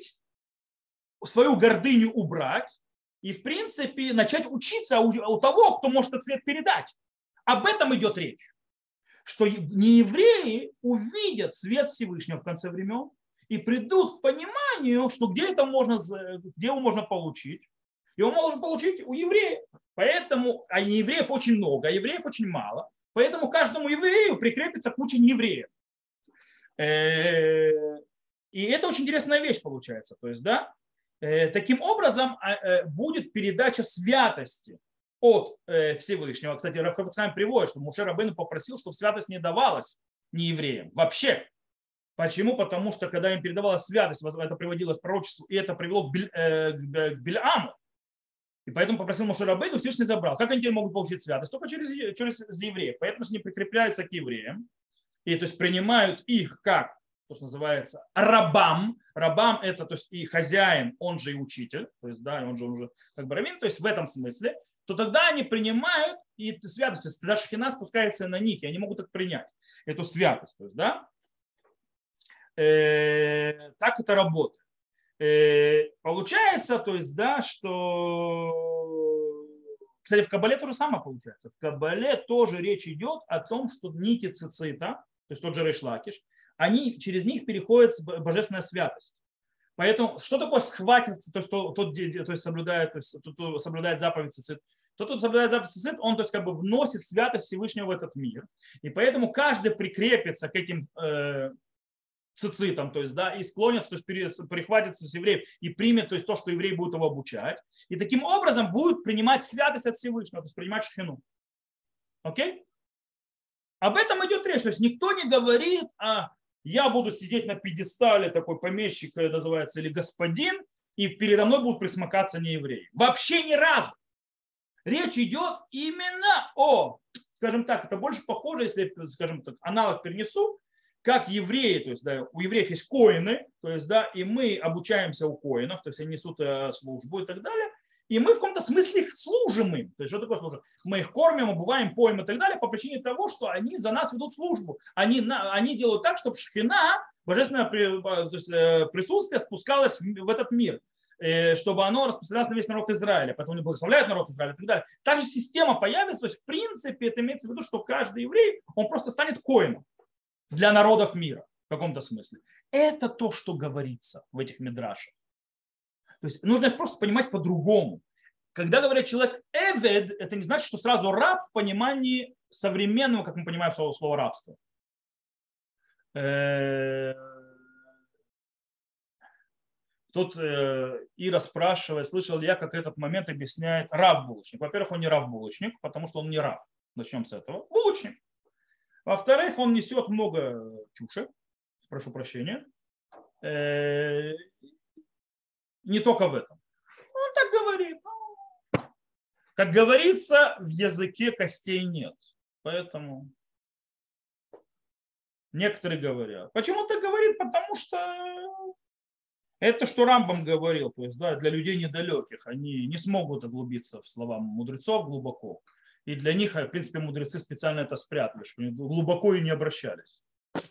свою гордыню убрать и, в принципе, начать учиться у того, кто может этот свет передать. Об этом идет речь. Что неевреи увидят свет Всевышнего в конце времен и придут к пониманию, что где его можно получить. Его можно получить у евреев. Поэтому, а евреев очень много, а евреев очень мало. Поэтому каждому еврею прикрепится куча неевреев. И это очень интересная вещь получается. То есть, да, таким образом будет передача святости от Всевышнего. Кстати, Рав Хафец Хаим приводит, что Моше Рабейну попросил, чтобы святость не давалась неевреям вообще. Почему? Потому что когда им передавалась святость, это приводилось к пророчеству, и это привело к Бильаму. И поэтому попросил Моше Рабейну, Всевышний забрал. Как они теперь могут получить святость? Только через евреев. Поэтому они прикрепляются к евреям. И то есть принимают их как, то, что называется, рабам. Рабам это то есть и хозяин, он же и учитель, то есть да, он же уже как бы раввин, то есть в этом смысле, то тогда они принимают и святость, то есть тогда шхина спускается на них, и они могут так принять эту святость. То есть, да? Так это работает. Получается, то есть, да, что, кстати, в Кабале то же самое получается. В Кабале тоже речь идет о том, что нити цицита, то есть тот же Рейш Лакиш, через них переходит божественная святость. Поэтому что такое схватиться, то есть то есть соблюдает, кто соблюдает заповедь цицит, тот, кто соблюдает заповедь цицит, он то есть как бы вносит святость Всевышнего в этот мир. И поэтому каждый прикрепится к этим цицитам, то есть, да, и склонится, то есть прихватится с евреев и примет, то есть то, что еврей будет его обучать. И таким образом будет принимать святость от Всевышнего, то есть принимать шхину. Окей? Об этом идет речь. То есть никто не говорит, я буду сидеть на пьедестале, такой помещик называется, или господин, и передо мной будут присмыкаться неевреи. Вообще ни разу. Речь идет именно скажем так, это больше похоже, если, скажем так, аналог перенесу, как евреи, то есть, да, у евреев есть коины, то есть, да, и мы обучаемся у коинов, то есть они несут службу и так далее, и мы в каком-то смысле их служим им. То есть что такое служба? Мы их кормим, обуваем, поем и так далее по причине того, что они за нас ведут службу. Они делают так, чтобы шхина, божественное то есть, присутствие спускалось в этот мир, чтобы оно распространялось на весь народ Израиля. Поэтому они благословляют народ Израиля и так далее. Та же система появится, то есть в принципе это имеется в виду, что каждый еврей, он просто станет коином для народов мира в каком-то смысле. Это то, что говорится в этих мидрашах. То есть нужно просто понимать по-другому. Когда говорят человек эвед, это не значит, что сразу раб в понимании современного, как мы понимаем слово рабство. Тут Ира спрашивает, слышал ли я, как этот момент объясняет рав-булочник. Во-первых, он не рав-булочник, потому что он не рав. Начнем с этого. Булочник. Во-вторых, он несет много чуши. Прошу прощения. Не только в этом. Он так говорит. Как говорится, в языке костей нет. Поэтому некоторые говорят. Почему он так говорит? Потому что это, что Рамбам говорил, то есть, да, для людей недалеких. Они не смогут углубиться в слова мудрецов глубоко. И для них, в принципе, мудрецы специально это спрятали, чтобы они глубоко и не обращались.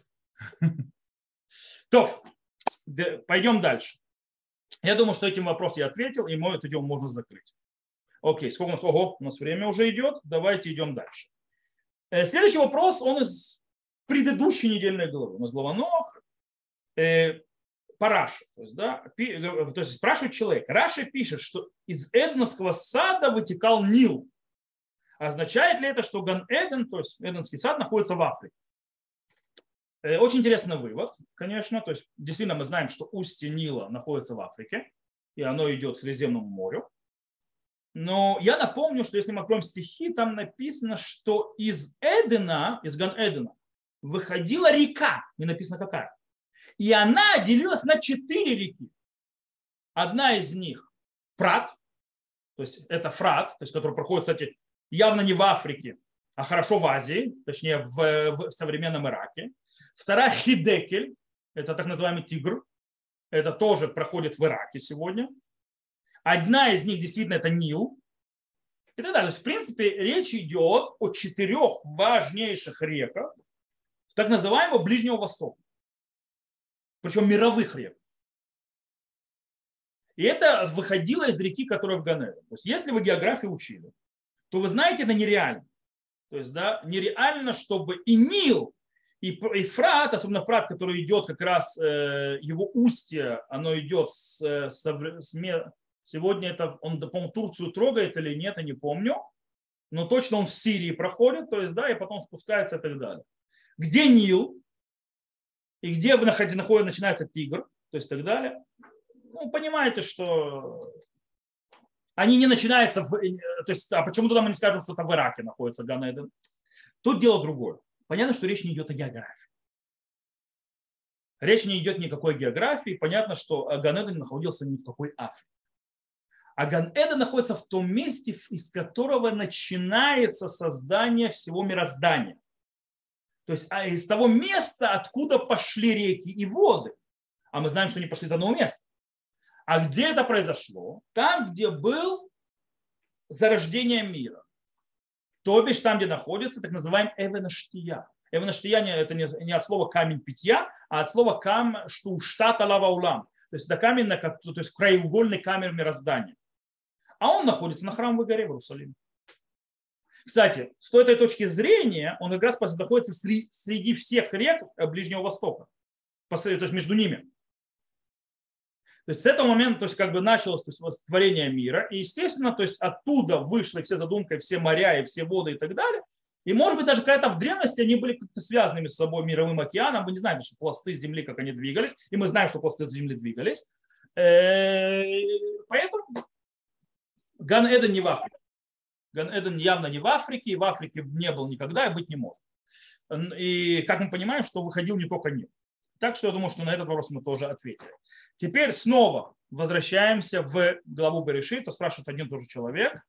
То, пойдем дальше. Я думаю, что этим вопросом я ответил, и эту тему можно закрыть. Окей, сколько у нас? Ого, у нас время уже идет. Давайте идем дальше. Следующий вопрос, он из предыдущей недельной главы. У нас глава Ноах, Параши. То есть, да, то есть спрашивает человек. Раши пишет, что из Эденовского сада вытекал Нил. Означает ли это, что Ган-Эден, то есть Эденский сад, находится в Африке? Очень интересный вывод, конечно. То есть действительно мы знаем, что устье Нила находится в Африке, и оно идет к Средиземному морю. Но я напомню, что если мы откроем стихи, там написано, что из Эдена, из Ган-Эдена, выходила река, не написано какая. И она делилась на 4 реки. Одна из них Фрат, то есть это Фрат, то есть который проходит, кстати, явно не в Африке, а хорошо в Азии, точнее в современном Ираке. Вторая Хидекель, это так называемый Тигр, это тоже проходит в Ираке сегодня. Одна из них действительно это Нил. И так далее. То есть, в принципе, речь идет о 4 важнейших реках так называемого Ближнего Востока. Причем мировых рек. И это выходило из реки, которая в Ганеде. То есть, если вы географию учили, то вы знаете, это нереально. То есть, да, нереально, чтобы и Нил, и Фрат, особенно Фрат, который идет как раз, его устье, оно идет сегодня это, он, по-моему, Турцию трогает или нет, я не помню, но точно он в Сирии проходит, то есть, да, и потом спускается и так далее. Где Нил, и где начинается Тигр, то есть, так далее, ну, понимаете, что они не начинаются, то есть, а почему тогда мы не скажем, что это в Ираке находится Ган-Эден? Тут дело другое. Понятно, что речь не идет о географии. Речь не идет ни о какой географии. Понятно, что Ган-Эден находился ни в какой Африке. А Ган-Эден находится в том месте, из которого начинается создание всего мироздания. То есть из того места, откуда пошли реки и воды. А мы знаем, что они пошли из одного места. А где это произошло? Там, где был зарождение мира. То бишь там, где находится так называемый Эвенаштия. Эвенаштия это не от слова камень питья, а от слова кам штата лава улам. то есть до каменной, то есть краеугольной камеры мироздания. А он находится на Храмовой горе в Иерусалиме. Кстати, с этой точки зрения он как раз находится среди всех рек Ближнего Востока, то есть между ними. То есть с этого момента, то есть как бы началось, то есть, творение мира, и естественно, то есть оттуда вышли все задумки, все моря и все воды и так далее. И может быть даже когда-то в древности они были как-то связаны между собой мировым океаном. Мы не знаем, что пласты Земли, как они двигались, и мы знаем, что пласты Земли двигались. Поэтому Ган-Эден не в Африке. Ган-Эден явно не в Африке, и в Африке не был никогда и быть не может. И как мы понимаем, что выходил не только Нил. Так что я думаю, что на этот вопрос мы тоже ответили. Теперь снова возвращаемся в главу Берешит, то спрашивает один и тот же человек.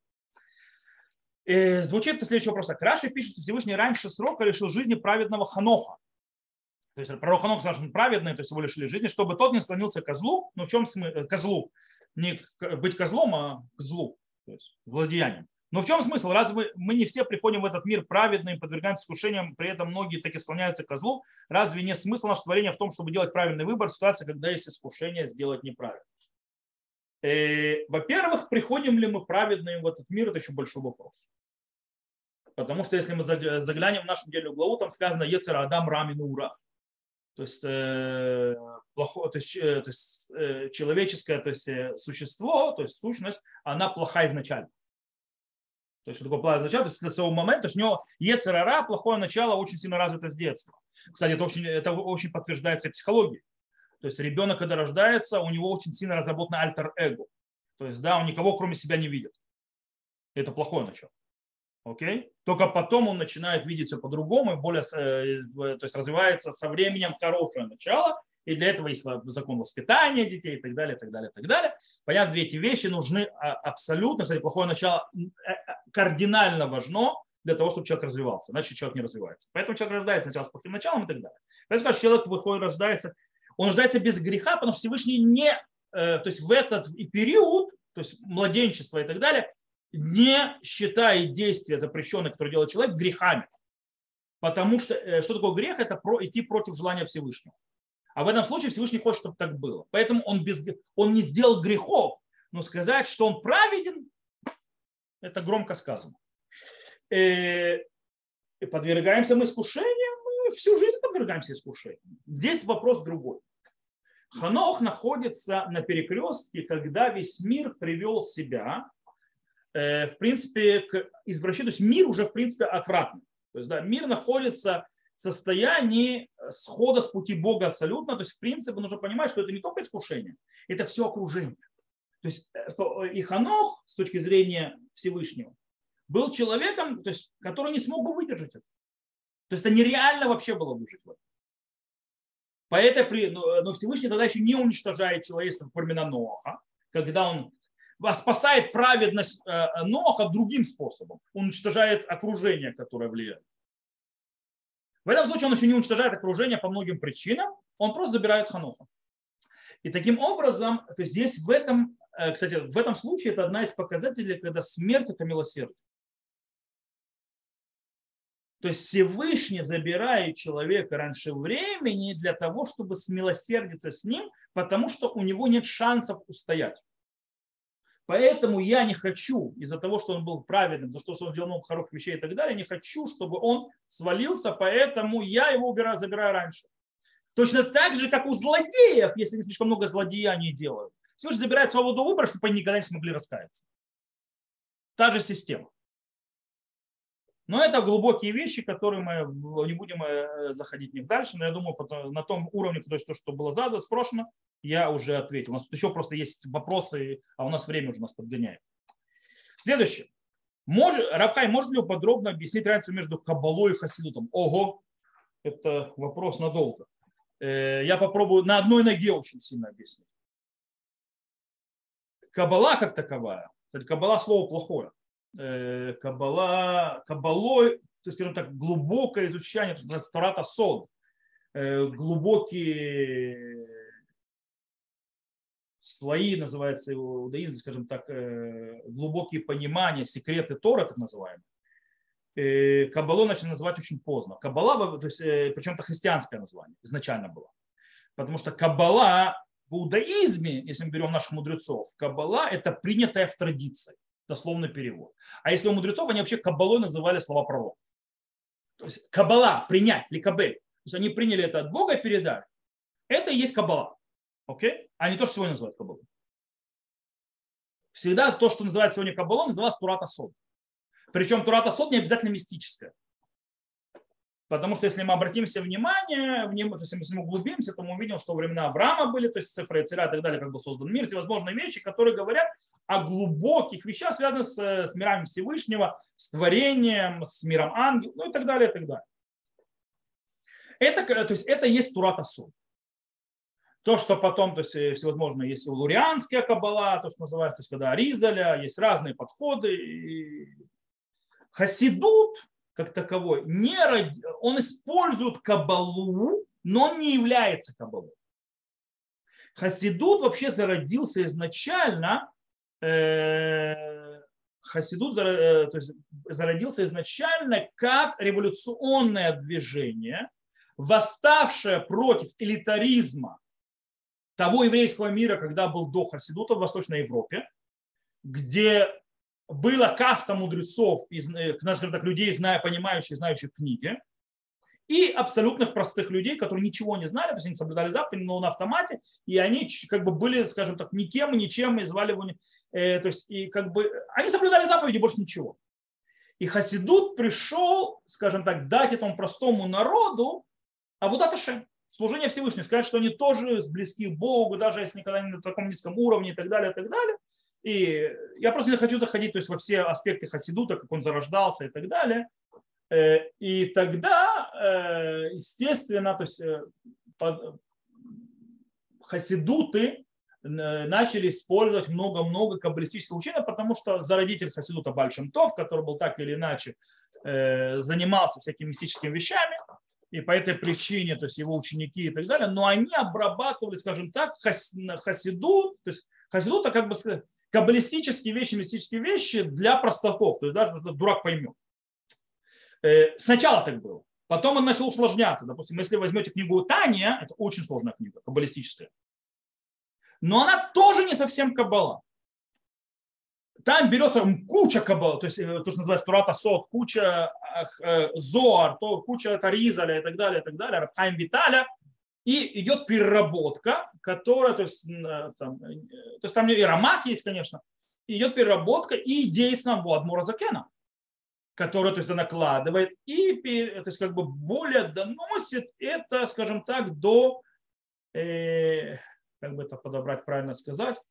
И звучит следующий вопрос. Раши пишет, что Всевышний раньше срока лишил жизни праведного Ханоха. То есть пророк Ханох, скажем, праведный, то есть его лишили жизни, чтобы тот не склонился к козлу. Но в чем смысл? Козлу. Не быть козлом, а к злу. То есть злодеянием. Но в чем смысл? Разве мы не все приходим в этот мир праведным, подвергаемся искушениям, при этом многие таки склоняются к козлу? Разве не смысл нашего творения в том, чтобы делать правильный выбор в ситуации, когда есть искушение сделать неправильно? Во-первых, приходим ли мы праведным в этот мир, это еще большой вопрос. Потому что если мы заглянем в нашу недельную главу, там сказано «Ецер Адам Рамину Ура». То есть, человеческое, то есть существо, то есть сущность, она плоха изначально. То есть, что такое плохое начало? То есть, с того момента, то есть у него Ецер Ара, плохое начало, очень сильно развито с детства. Кстати, это очень подтверждается психологией. То есть, ребенок, когда рождается, у него очень сильно разработано альтер-эго. То есть, да, он никого кроме себя не видит. Это плохое начало. Окей? Только потом он начинает видеть все по-другому, и более, то есть, развивается со временем хорошее начало. И для этого есть закон воспитания детей и так далее, и так далее, и так далее. Понятно, две эти вещи нужны абсолютно. Кстати, плохое начало кардинально важно для того, чтобы человек развивался. Иначе человек не развивается. Поэтому человек рождается сначала с плохим началом и так далее. Поэтому, когда человек выходит, рождается, он рождается без греха, потому что Всевышний не, то есть в этот период, то есть младенчество и так далее, не считает действия запрещенные, которые делает человек, грехами. Потому что что такое грех? Это идти против желания Всевышнего. А в этом случае Всевышний хочет, чтобы так было. Поэтому он не сделал грехов. Но сказать, что он праведен, это громко сказано. И подвергаемся мы искушениям, мы всю жизнь подвергаемся искушениям. Здесь вопрос другой. Ханох находится на перекрестке, когда весь мир привел себя, в принципе, к извращению. То есть мир уже, в принципе, отвратный. То есть, да, мир находится в состоянии схода с пути Бога абсолютно. То есть, в принципе, нужно понимать, что это не только искушение, это все окружение. То есть, и Ханох, с точки зрения Всевышнего, был человеком, то есть, который не смог бы выдержать это. То есть, это нереально вообще было выжить в этом. Поэтому, но Всевышний тогда еще не уничтожает человечество в времена Ноаха, когда он спасает праведность Ноаха другим способом. Он уничтожает окружение, которое влияет. В этом случае он еще не уничтожает окружение по многим причинам, он просто забирает Ханоха. И таким образом, то есть здесь в этом, кстати, в этом случае это одна из показателей, когда смерть – это милосердие. То есть Всевышний забирает человека раньше времени для того, чтобы смилосердиться с ним, потому что у него нет шансов устоять. Поэтому я не хочу, из-за того, что он был праведным, за то, что он делал много хороших вещей и так далее, не хочу, чтобы он свалился, поэтому я его забираю раньше. Точно так же, как у злодеев, если они слишком много злодеяний делают. Всевышний забирает свободу выбора, чтобы они никогда не смогли раскаяться. Та же система. Но это глубокие вещи, которые мы не будем заходить в них дальше. Но я думаю, на том уровне, то, что было задано, спрошено, я уже ответил. У нас тут еще просто есть вопросы, а у нас время уже нас подгоняет. Следующее. Рав Хаим, может ли подробно объяснить разницу между каббалой и хасидутом? Ого, это вопрос надолго. Я попробую на одной ноге очень сильно объяснить. Каббала как таковая. Кстати, каббала слово плохое. Каббалой, то есть, скажем так, глубокое изучение, то есть Тората Сод, глубокие слои, называется иудаизм, скажем так, глубокие понимания, секреты Тора, так называемые. Каббалу начали называть очень поздно. Каббала, то есть, причем это христианское название изначально было. Потому что Каббала в иудаизме, если мы берем наших мудрецов, каббала – это принятая в традиции, дословный перевод. А если у мудрецов, они вообще каббалой называли слова пророков. То есть каббала, принять, ликабель. То есть они приняли это от Бога и передали. Это и есть каббала. Окей? А не то, что сегодня называют каббалой. Всегда то, что называют сегодня каббалой, называлось Турат а-Сод. Причем Турат а-Сод не обязательно мистическое. Потому что если мы обратимся внимание, то есть если мы углубимся, то мы увидим, что во времена Авраама были, то есть цифры царя и так далее, как был создан мир, всевозможные вещи, которые говорят о глубоких вещах, связанных с мирами Всевышнего, с творением, с миром ангелов, ну и так далее, и так далее. То есть это есть Турат а-Сод. То, что потом, то есть всевозможные, есть лурианская каббала, то, что называется, то есть когда Аризаля, есть разные подходы. Хасидут, как таковой, он использует каббалу, но он не является каббалой. Хасидут вообще зародился изначально, то есть зародился изначально как революционное движение, восставшее против элитаризма того еврейского мира, когда был до Хасидута в Восточной Европе, где была каста мудрецов, скажем так, людей, понимающих, знающих книги, и абсолютных простых людей, которые ничего не знали, то есть они соблюдали заповеди, но на автомате, и они как бы были, скажем так, никем, ничем, и звали его, то есть и как бы они соблюдали заповеди, больше ничего. И Хасидут пришел, скажем так, дать этому простому народу аводат Ашем, служение Всевышнему, сказать, что они тоже близки к Богу, даже если никогда не на таком низком уровне и так далее, и так далее. И я просто не хочу заходить, то есть, во все аспекты Хасидута, как он зарождался и так далее. И тогда, естественно, то есть, хасидуты начали использовать много-много каббалистического учения, потому что зародитель хасидута Бааль Шем Тов, который был так или иначе занимался всякими мистическими вещами, и по этой причине, то есть его ученики и так далее, но они обрабатывали, скажем так, хасидут, то есть хасидут, это как бы сказать, каббалистические вещи, мистические вещи для простаков, то есть даже дурак поймет. Сначала так было. Потом он начал усложняться. Допустим, если возьмете книгу Таня, это очень сложная книга, каббалистическая. Но она тоже не совсем каббала. Там берется куча каббала, то есть то, что называется Турат а-Сод, куча Зоар, куча Таризаля и так далее, Рабхайм Виталя. И идет переработка, которая, то есть там и Рамах есть, конечно, идет переработка и идеи самого Адмора Закена, который, то есть, накладывает и, то есть, как бы более доносит это, скажем так, до, как бы это подобрать, правильно сказать,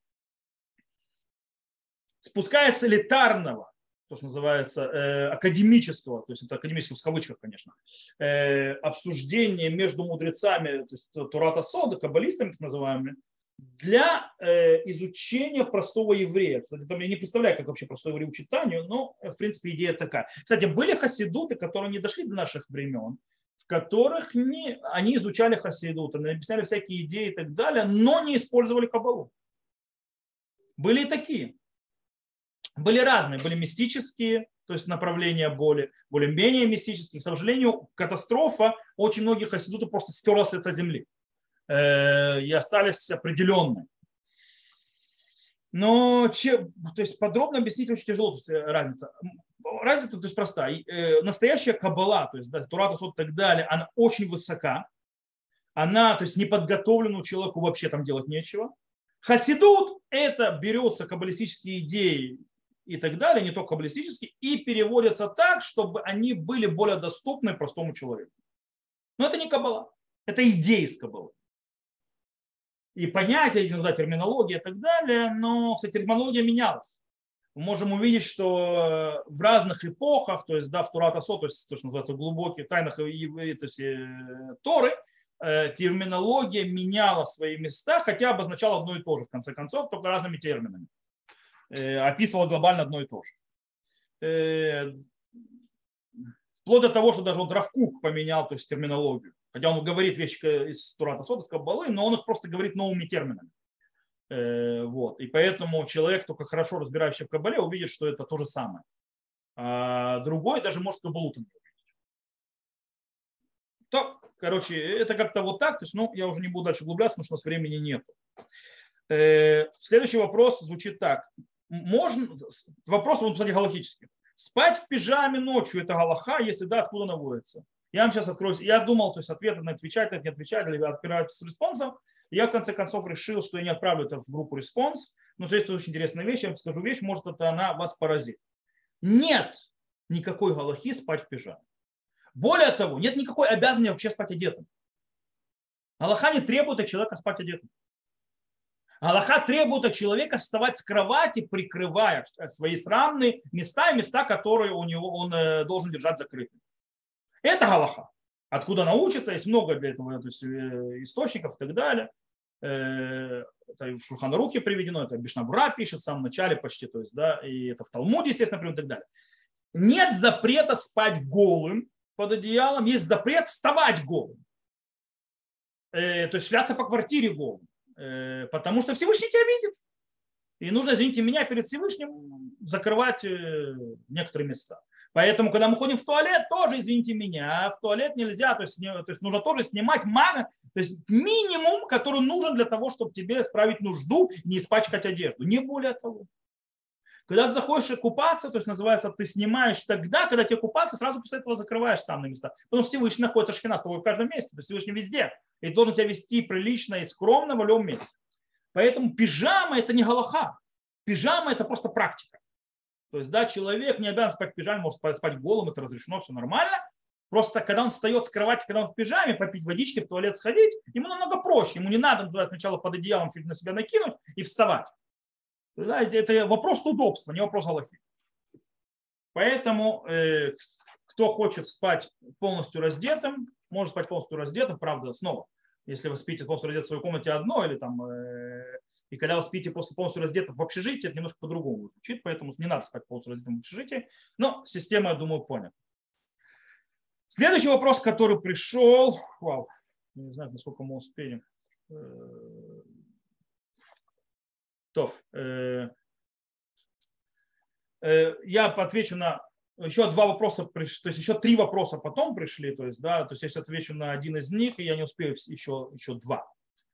спускается элитарного, то, что называется, академического, то есть это академического в кавычках, конечно, обсуждение между мудрецами, то есть Турат а-Сода, каббалистами так называемыми, для изучения простого еврея. Кстати, там я не представляю, как вообще простой еврей учит Таню, но, в принципе, идея такая. Кстати, были хасидуты, которые не дошли до наших времен, в которых они изучали хасидуты, написали всякие идеи и так далее, но не использовали каббалу. Были и такие. Были разные, были мистические, то есть направления более-менее мистические. К сожалению, катастрофа очень многих хасидутов просто стерла с лица земли. И остались определенные. Но то есть подробно объяснить очень тяжело, то есть разница. Разница то есть простая. Настоящая каббала, то есть да, Турат а-Сод и так далее, она очень высока. Она, то есть неподготовленному человеку вообще там делать нечего. Хасидут – это берется каббалистические идеи и так далее, не только каббалистические, и переводятся так, чтобы они были более доступны простому человеку. Но это не каббала, это идеи из каббалы. И понятия, иногда терминология и так далее, но, кстати, терминология менялась. Мы можем увидеть, что в разных эпохах, то есть да, в Турат а-Сод, то есть то, что называется в глубоких тайнах то есть, Торы, терминология меняла свои места, хотя обозначала одно и то же, в конце концов, только разными терминами. Описывала глобально одно и то же. Вплоть до того, что даже вот Рав Кук поменял, то есть, терминологию. Хотя он говорит вещи из Турат а-Сод, из Каббалы, но он их просто говорит новыми терминами. Вот. И поэтому человек, только хорошо разбирающий в Каббале, увидит, что это то же самое. А другой даже может Каббалу-то не увидеть. То, короче, это как-то вот так. То есть, ну, я уже не буду дальше углубляться, потому что у нас времени нет. Следующий вопрос звучит так. Можно, вопрос, он, кстати, галахический. Спать в пижаме ночью – это галаха, если да, откуда наводится? Я вам сейчас открою. Я думал, то есть ответы на отвечать, не отвечать, или отпирать с респонсом. Я в конце концов решил, что я не отправлю это в группу респонс. Но что есть очень интересная вещь, я вам скажу вещь, может это она вас поразит. Нет никакой галахи спать в пижаме. Более того, нет никакой обязанности вообще спать одетым. Галаха не требует от человека спать одетым. Галаха требует от человека вставать с кровати, прикрывая свои срамные места и места, которые у него он должен держать закрытыми. Это галаха. Откуда научиться, есть много для этого то есть, источников и так далее. Это в Шулхан-Арухе приведено, это Бишнабура пишет в самом начале почти, то есть, да, и это в Талмуде, естественно, приведено и так далее. Нет запрета спать голым под одеялом, есть запрет вставать голым. То есть шляться по квартире голым. Потому что Всевышний тебя видит. И нужно, извините меня, перед Всевышним закрывать некоторые места. Поэтому, когда мы ходим в туалет, тоже, извините меня, в туалет нельзя, то есть нужно тоже снимать то есть минимум, который нужен для того, чтобы тебе справить нужду, не испачкать одежду. Не более того. Когда ты заходишь купаться, то есть называется, ты снимаешь тогда, когда тебе купаться, сразу после этого закрываешь самые места. Потому что Всевышний находится шхина с тобой в каждом месте, то есть Всевышний везде. И должен себя вести прилично и скромно в любом месте. Поэтому пижама это не галаха. Пижама это просто практика. То есть, да, человек не обязан спать в пижаме, может спать голым, это разрешено, все нормально. Просто когда он встает с кровати, когда он в пижаме, попить водички, в туалет сходить, ему намного проще. Ему не надо, называется, сначала под одеялом чуть на себя накинуть и вставать. Знаете, это вопрос удобства, не вопрос галахи. Поэтому кто хочет спать полностью раздетым, может спать полностью раздетым, правда, снова. Если вы спите полностью раздетым в своей комнате одно, или там, и когда вы спите полностью раздетым в общежитии, это немножко по-другому звучит, поэтому не надо спать полностью раздетым в общежитии. Но система, я думаю, понята. Следующий вопрос, который пришел, вау, не знаю, насколько мы успеем. Я отвечу на еще два вопроса, то есть еще три вопроса потом пришли, то есть, да, то есть я отвечу на один из них, и я не успею еще два.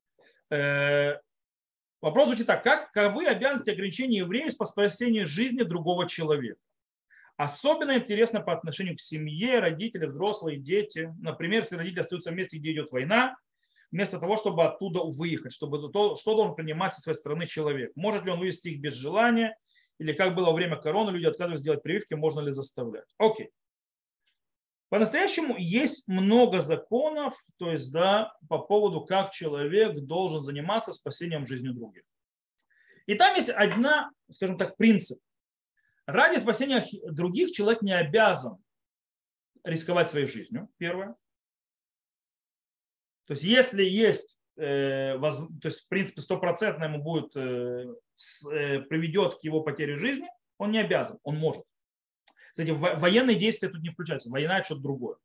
Вопрос звучит так. Каковы обязанности ограничения евреев по спасению жизни другого человека? Особенно интересно по отношению к семье, родители, взрослые, дети. Например, если родители остаются в месте, где идет война, вместо того, чтобы оттуда выехать, что должен принимать со своей стороны человек. Может ли он вывести их без желания, или как было во время короны, люди отказывались делать прививки, можно ли заставлять. Окей. По-настоящему есть много законов, то есть, да, по поводу, как человек должен заниматься спасением жизни других. И там есть одна, скажем так, принцип. Ради спасения других человек не обязан рисковать своей жизнью, первое. То есть если есть, то есть в принципе 100% ему будет, приведет к его потере жизни, он не обязан, он может. Кстати, военные действия тут не включаются, война это что-то другое.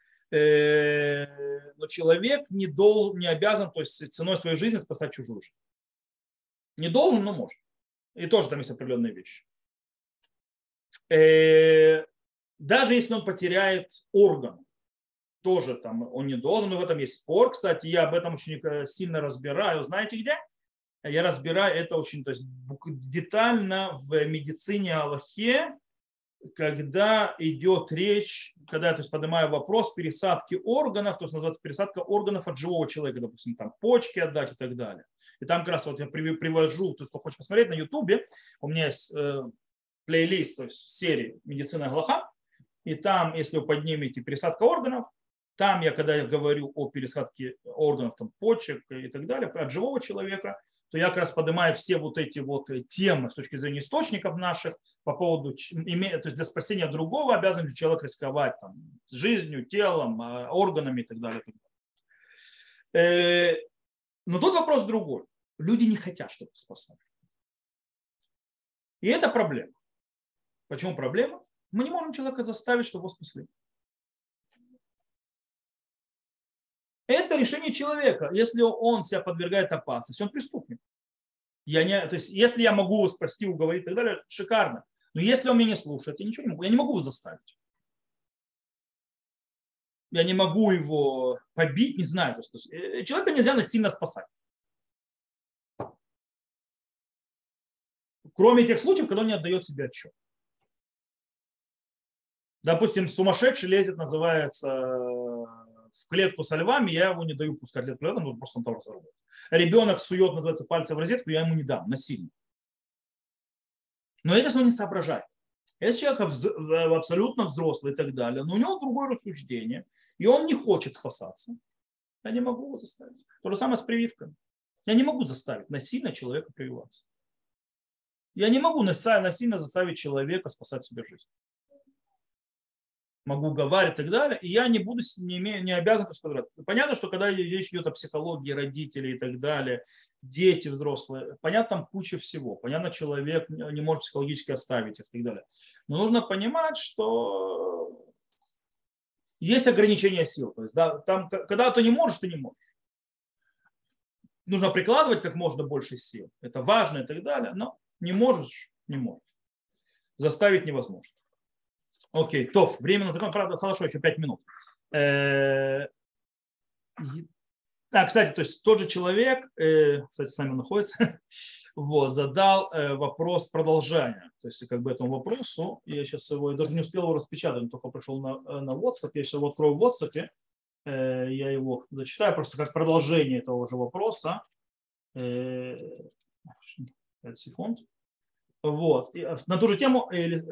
Но человек не обязан, то есть ценой своей жизни спасать чужую жизнь. Не должен, но может. И тоже там есть определенные вещи. Даже если он потеряет орган, тоже там он не должен, но в этом есть спор. Кстати, я об этом очень сильно разбираю. Знаете где? Я разбираю это очень, то есть, детально в медицине Аллахе, когда идет речь, когда я, то есть, поднимаю вопрос пересадки органов, то есть называется пересадка органов от живого человека, допустим, там почки отдать и так далее. И там как раз вот я привожу, то есть кто хочет посмотреть на Ютубе, у меня есть плейлист, то есть серии «Медицина Аллаха», и там, если вы поднимете пересадка органов, там я, когда я говорю о пересадке органов, там, почек и так далее, от живого человека, то я как раз поднимаю все вот эти вот темы с точки зрения источников наших по поводу, то есть для спасения другого обязан ли человек рисковать там, жизнью, телом, органами и так далее. И так далее. Но тут вопрос другой. Люди не хотят что-то спасать. И это проблема. Почему проблема? Мы не можем человека заставить, чтобы его спасли. Это решение человека. Если он себя подвергает опасности, он преступник. То есть, если я могу его спасти, уговорить и так далее, шикарно. Но если он меня не слушает, я ничего не могу. Я не могу его заставить. Я не могу его побить, не знаю. То есть, человека нельзя насильно спасать. Кроме тех случаев, когда он не отдает себе отчет. Допустим, сумасшедший лезет, называется, в клетку со львами, я его не даю пускать клетку львам, он просто там разорвет. Ребенок сует, называется, пальцы в розетку, я ему не дам, насильно. Но это что он не соображает. Если человек абсолютно взрослый и так далее, но у него другое рассуждение, и он не хочет спасаться, я не могу его заставить. То же самое с прививками. Я не могу заставить насильно человека прививаться. Я не могу насильно заставить человека спасать себе жизнь. Могу говорить и так далее, и я не буду, не обязан сказать. Понятно, что когда речь идет о психологии родителей и так далее, дети взрослые, понятно, там куча всего. Понятно, человек не может психологически оставить их и так далее. Но нужно понимать, что есть ограничения сил. То есть, да, там, когда ты не можешь, ты не можешь. Нужно прикладывать как можно больше сил. Это важно и так далее, но не можешь, не можешь. Заставить невозможно. Окей, то время на закон, правда, хорошо, еще 5 минут. Кстати, то есть тот же человек, кстати, с нами находится, вот, задал вопрос продолжения. То есть как бы этому вопросу, я сейчас его, я даже не успел его распечатать, он только пришел на WhatsApp, я сейчас его открою в WhatsApp, я его зачитаю просто как продолжение этого же вопроса. 5 секунд. Вот. И на ту же тему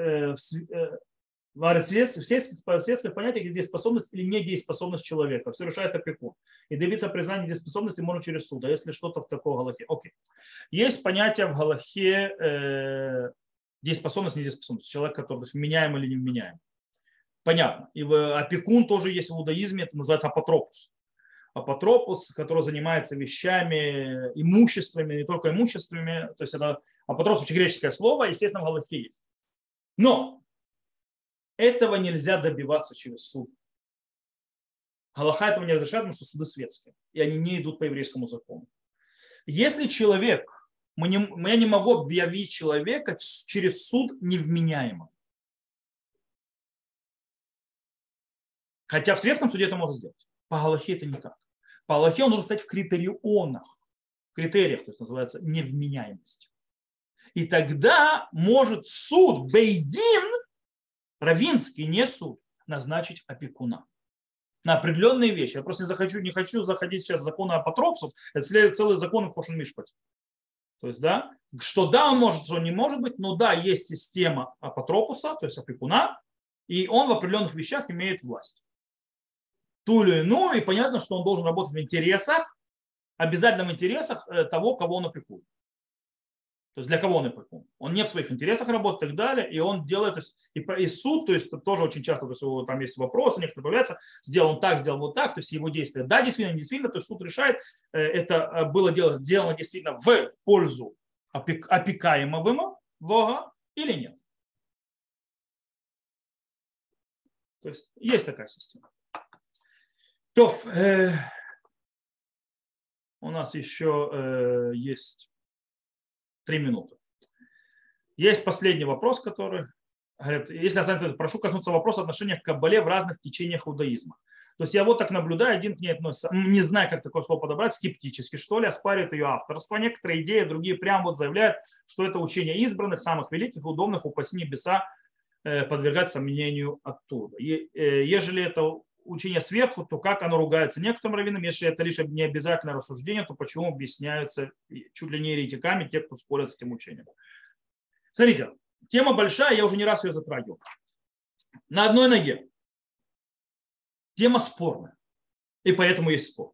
в светских понятиях есть дееспособность или недееспособность человека. Все решает опекун. И добиться признания дееспособности можно через суд. А если что-то в такой галахе. Окей. Есть понятие в галахе дееспособность, недееспособность. Человек, который вменяем или не вменяем. Понятно. И опекун тоже есть в иудаизме. Это называется апотропус. Апотропус, который занимается вещами, имуществами, не только имуществами. То есть это апотропус, очень греческое слово, естественно, в галахе есть. Но этого нельзя добиваться через суд. Галаха этого не разрешает, потому что суды светские. И они не идут по еврейскому закону. Если человек, я не могу объявить человека через суд невменяемым. Хотя в светском суде это можно сделать. По Галахе это не так. По Галахе он должен стать в критериях, то есть называется невменяемость. И тогда может суд, бейдин, раввинский, не суд, назначить опекуна на определенные вещи. Я просто не хочу заходить сейчас в законы апотропсов. Это целый закон в Хошен Мишпате. То есть, да, что да, он может, что не может быть, но да, есть система апотропуса, то есть опекуна, и он в определенных вещах имеет власть. Ту или иную, и понятно, что он должен работать в интересах, обязательно в интересах того, кого он опекует. То есть для кого он опекун? Он не в своих интересах работает и так далее, и он делает, то есть, и суд, то есть тоже очень часто, то есть, там есть вопросы, некоторые появляются, сделал он так, сделал вот так, то есть его действия, да, действительно, не действительно, то есть суд решает, это было сделано действительно в пользу опекаемого или нет. То есть есть такая система. То, у нас еще есть 3 минуты. Есть последний вопрос, который говорит, если останется, прошу коснуться вопроса отношения к каббале в разных течениях иудаизма. То есть я вот так наблюдаю, один к ней относится, не знаю, как такое слово подобрать, скептически, что ли, оспаривает ее авторство. Некоторые идеи, другие прямо вот заявляют, что это учение избранных, самых великих, удобных, упаси небеса, подвергать сомнению оттуда. Ежели это учение сверху, то как оно ругается некоторым раввинам, если это лишь не обязательное рассуждение, то почему объясняются чуть ли не еретиками те, кто спорят с этим учением. Смотрите, тема большая, я уже не раз ее затрагивал. На одной ноге. Тема спорная. И поэтому есть спор.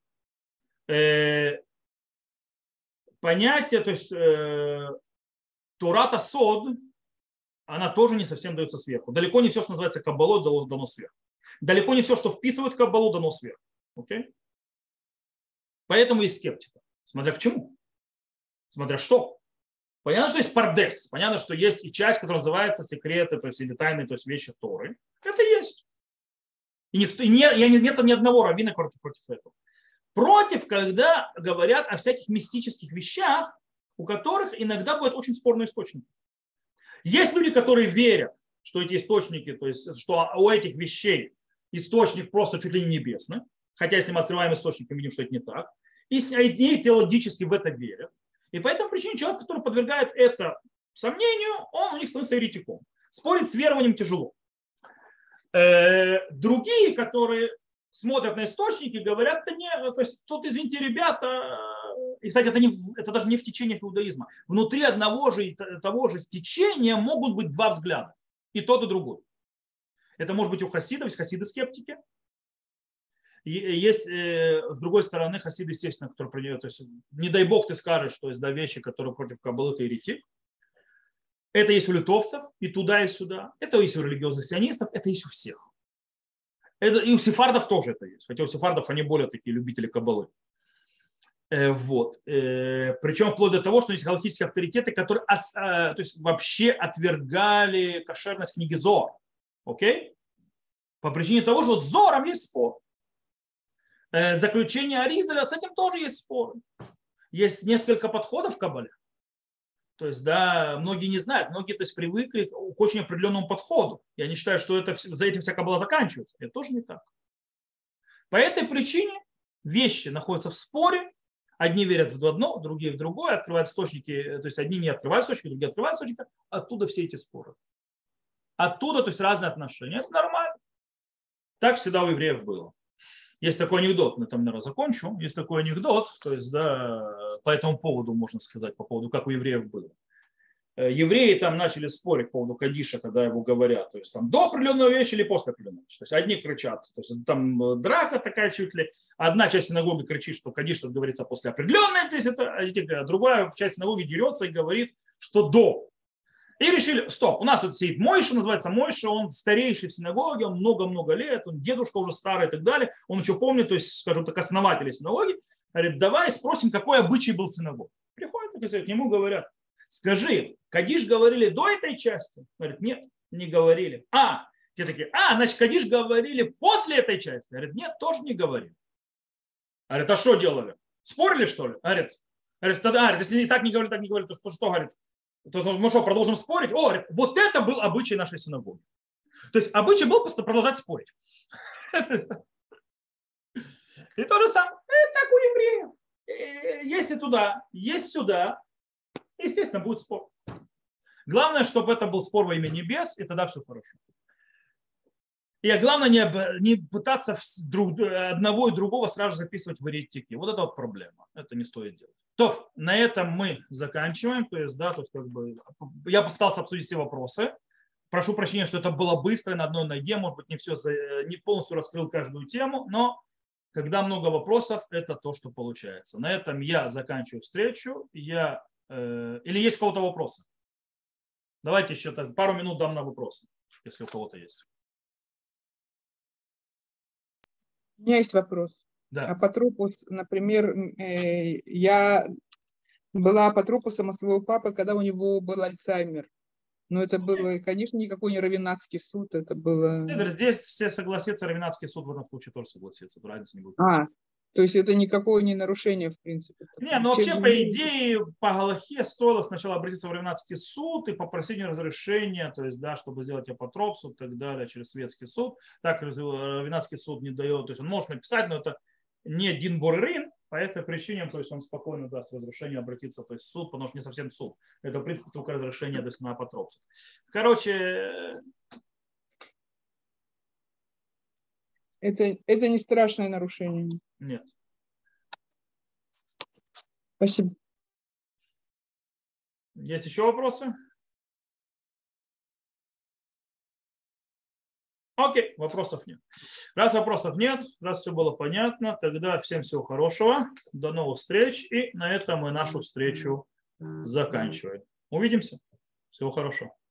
Понятие, то есть Турата Сод, она тоже не совсем дается сверху. Далеко не все, что называется каббалой, дано сверху. Далеко не все, что вписывают в каббалу, дано сверху. Окей? Поэтому есть скептика. Смотря к чему. Смотря что. Понятно, что есть пардес. Понятно, что есть и часть, которая называется секреты, то есть или тайные, то есть вещи Торы. Это есть. И нет ни одного раввина против этого. Против, когда говорят о всяких мистических вещах, у которых иногда бывают очень спорные источники. Есть люди, которые верят, что эти источники, то есть что у этих вещей источник просто чуть ли не небесный, хотя если мы открываем источник, мы видим, что это не так. И теологически в это верят. И по этой причине человек, который подвергает это сомнению, он у них становится еретиком. Спорить с верованием тяжело. Другие, которые смотрят на источники, говорят, да не, то есть тут, извините, ребята, и, кстати, это даже не в течениях иудаизма. Внутри одного же и того же течения могут быть два взгляда. И тот, и другой. Это может быть у хасидов, есть хасиды-скептики. Есть, с другой стороны, хасиды, естественно, которые принимают, то есть, не дай бог ты скажешь, что есть вещи, которые против Каббалы, ты еретик. Это есть у литовцев, и туда, и сюда. Это есть у религиозных сионистов, это есть у всех. Это, и у сефардов тоже это есть. Хотя у сефардов они более такие любители Каббалы. Вот. Причем вплоть до того, что есть галактические авторитеты, которые то есть, вообще отвергали кошерность книги Зоар. Окей? По причине того, что вот с Зором есть спор. Заключение Аризаля, с этим тоже есть спор. Есть несколько подходов в Каббале. То есть, да, многие не знают, многие то есть, привыкли к очень определенному подходу. И они считают, что это, за этим вся Каббала заканчивается. Это тоже не так. По этой причине вещи находятся в споре. Одни верят в одно, другие в другое, открывают источники, то есть одни не открывают источники, другие открывают источники. Оттуда все эти споры. Оттуда, то есть разные отношения. Это нормально. Так всегда у евреев было. Есть такой анекдот, на этом, наверное, закончу. Есть такой анекдот, то есть, да, по этому поводу можно сказать, по поводу, как у евреев было. Евреи там начали спорить по поводу Кадиша, когда его говорят. То есть там до определенной вещи или после определенной вещи. То есть одни кричат, то есть там драка такая чуть ли. Одна часть синагоги кричит, что Кадиш, что говорится, после определенной, то есть это, другая часть синагоги дерется и говорит, что до. И решили, стоп, у нас тут сидит Мойша, называется Мойша, он старейший в синагоге, он много-много лет, он дедушка уже старый и так далее. Он еще помнит, то есть, скажем так, основателей синагоги. Говорит, давай спросим, какой обычай был в синагоге. Приходят к нему, говорят, скажи, Кадиш говорили до этой части? Говорит, нет, не говорили. Те такие, значит, Кадиш говорили после этой части? Говорит, нет, тоже не говорили. Говорит, а что делали? Спорили, что ли? Говорит, если так не говорили, то что говорит? То мы что, продолжим спорить? Говорит, вот это был обычай нашей синагоги. То есть обычай был просто продолжать спорить. И то же самое. Так у евреев. Если туда, есть сюда, естественно, будет спор. Главное, чтобы это был спор во имя небес, и тогда все хорошо. И главное, не пытаться одного и другого сразу записывать в еретики. Вот это вот проблема. Это не стоит делать. То, на этом мы заканчиваем. То есть, да, то есть, как бы, я попытался обсудить все вопросы. Прошу прощения, что это было быстро, на одной ноге. Может быть, не полностью раскрыл каждую тему, но когда много вопросов, это то, что получается. На этом я заканчиваю встречу. Или есть у кого-то вопросы? Давайте еще пару минут дам на вопросы, если у кого-то есть. У меня есть вопрос. Да. Апотропус, например, я была апотропусом у своего папы, когда у него был Альцгеймер. Но это было, конечно, никакой не раввинатский суд, это было... Здесь все согласятся, раввинатский суд в этом случае тоже согласится, разницы не будет. То есть это никакое не нарушение, в принципе. Не, ну вообще, по идее, по Галахе стоило сначала обратиться в раввинатский суд и попросить разрешения, то есть, да, чтобы сделать апотропсу и так далее, через светский суд. Так раввинатский суд не дает, то есть он может написать, но это не Дин Бор-Рин, по этой причине, то есть он спокойно даст разрешение обратиться, то есть в суд, потому что не совсем суд. Это, в принципе, только разрешение, то есть на апотропсу. Короче... Это не страшное нарушение. Нет. Спасибо. Есть еще вопросы? Окей, вопросов нет. Раз вопросов нет, раз все было понятно, тогда всем всего хорошего, до новых встреч, и на этом мы нашу встречу заканчиваем. Увидимся. Всего хорошего.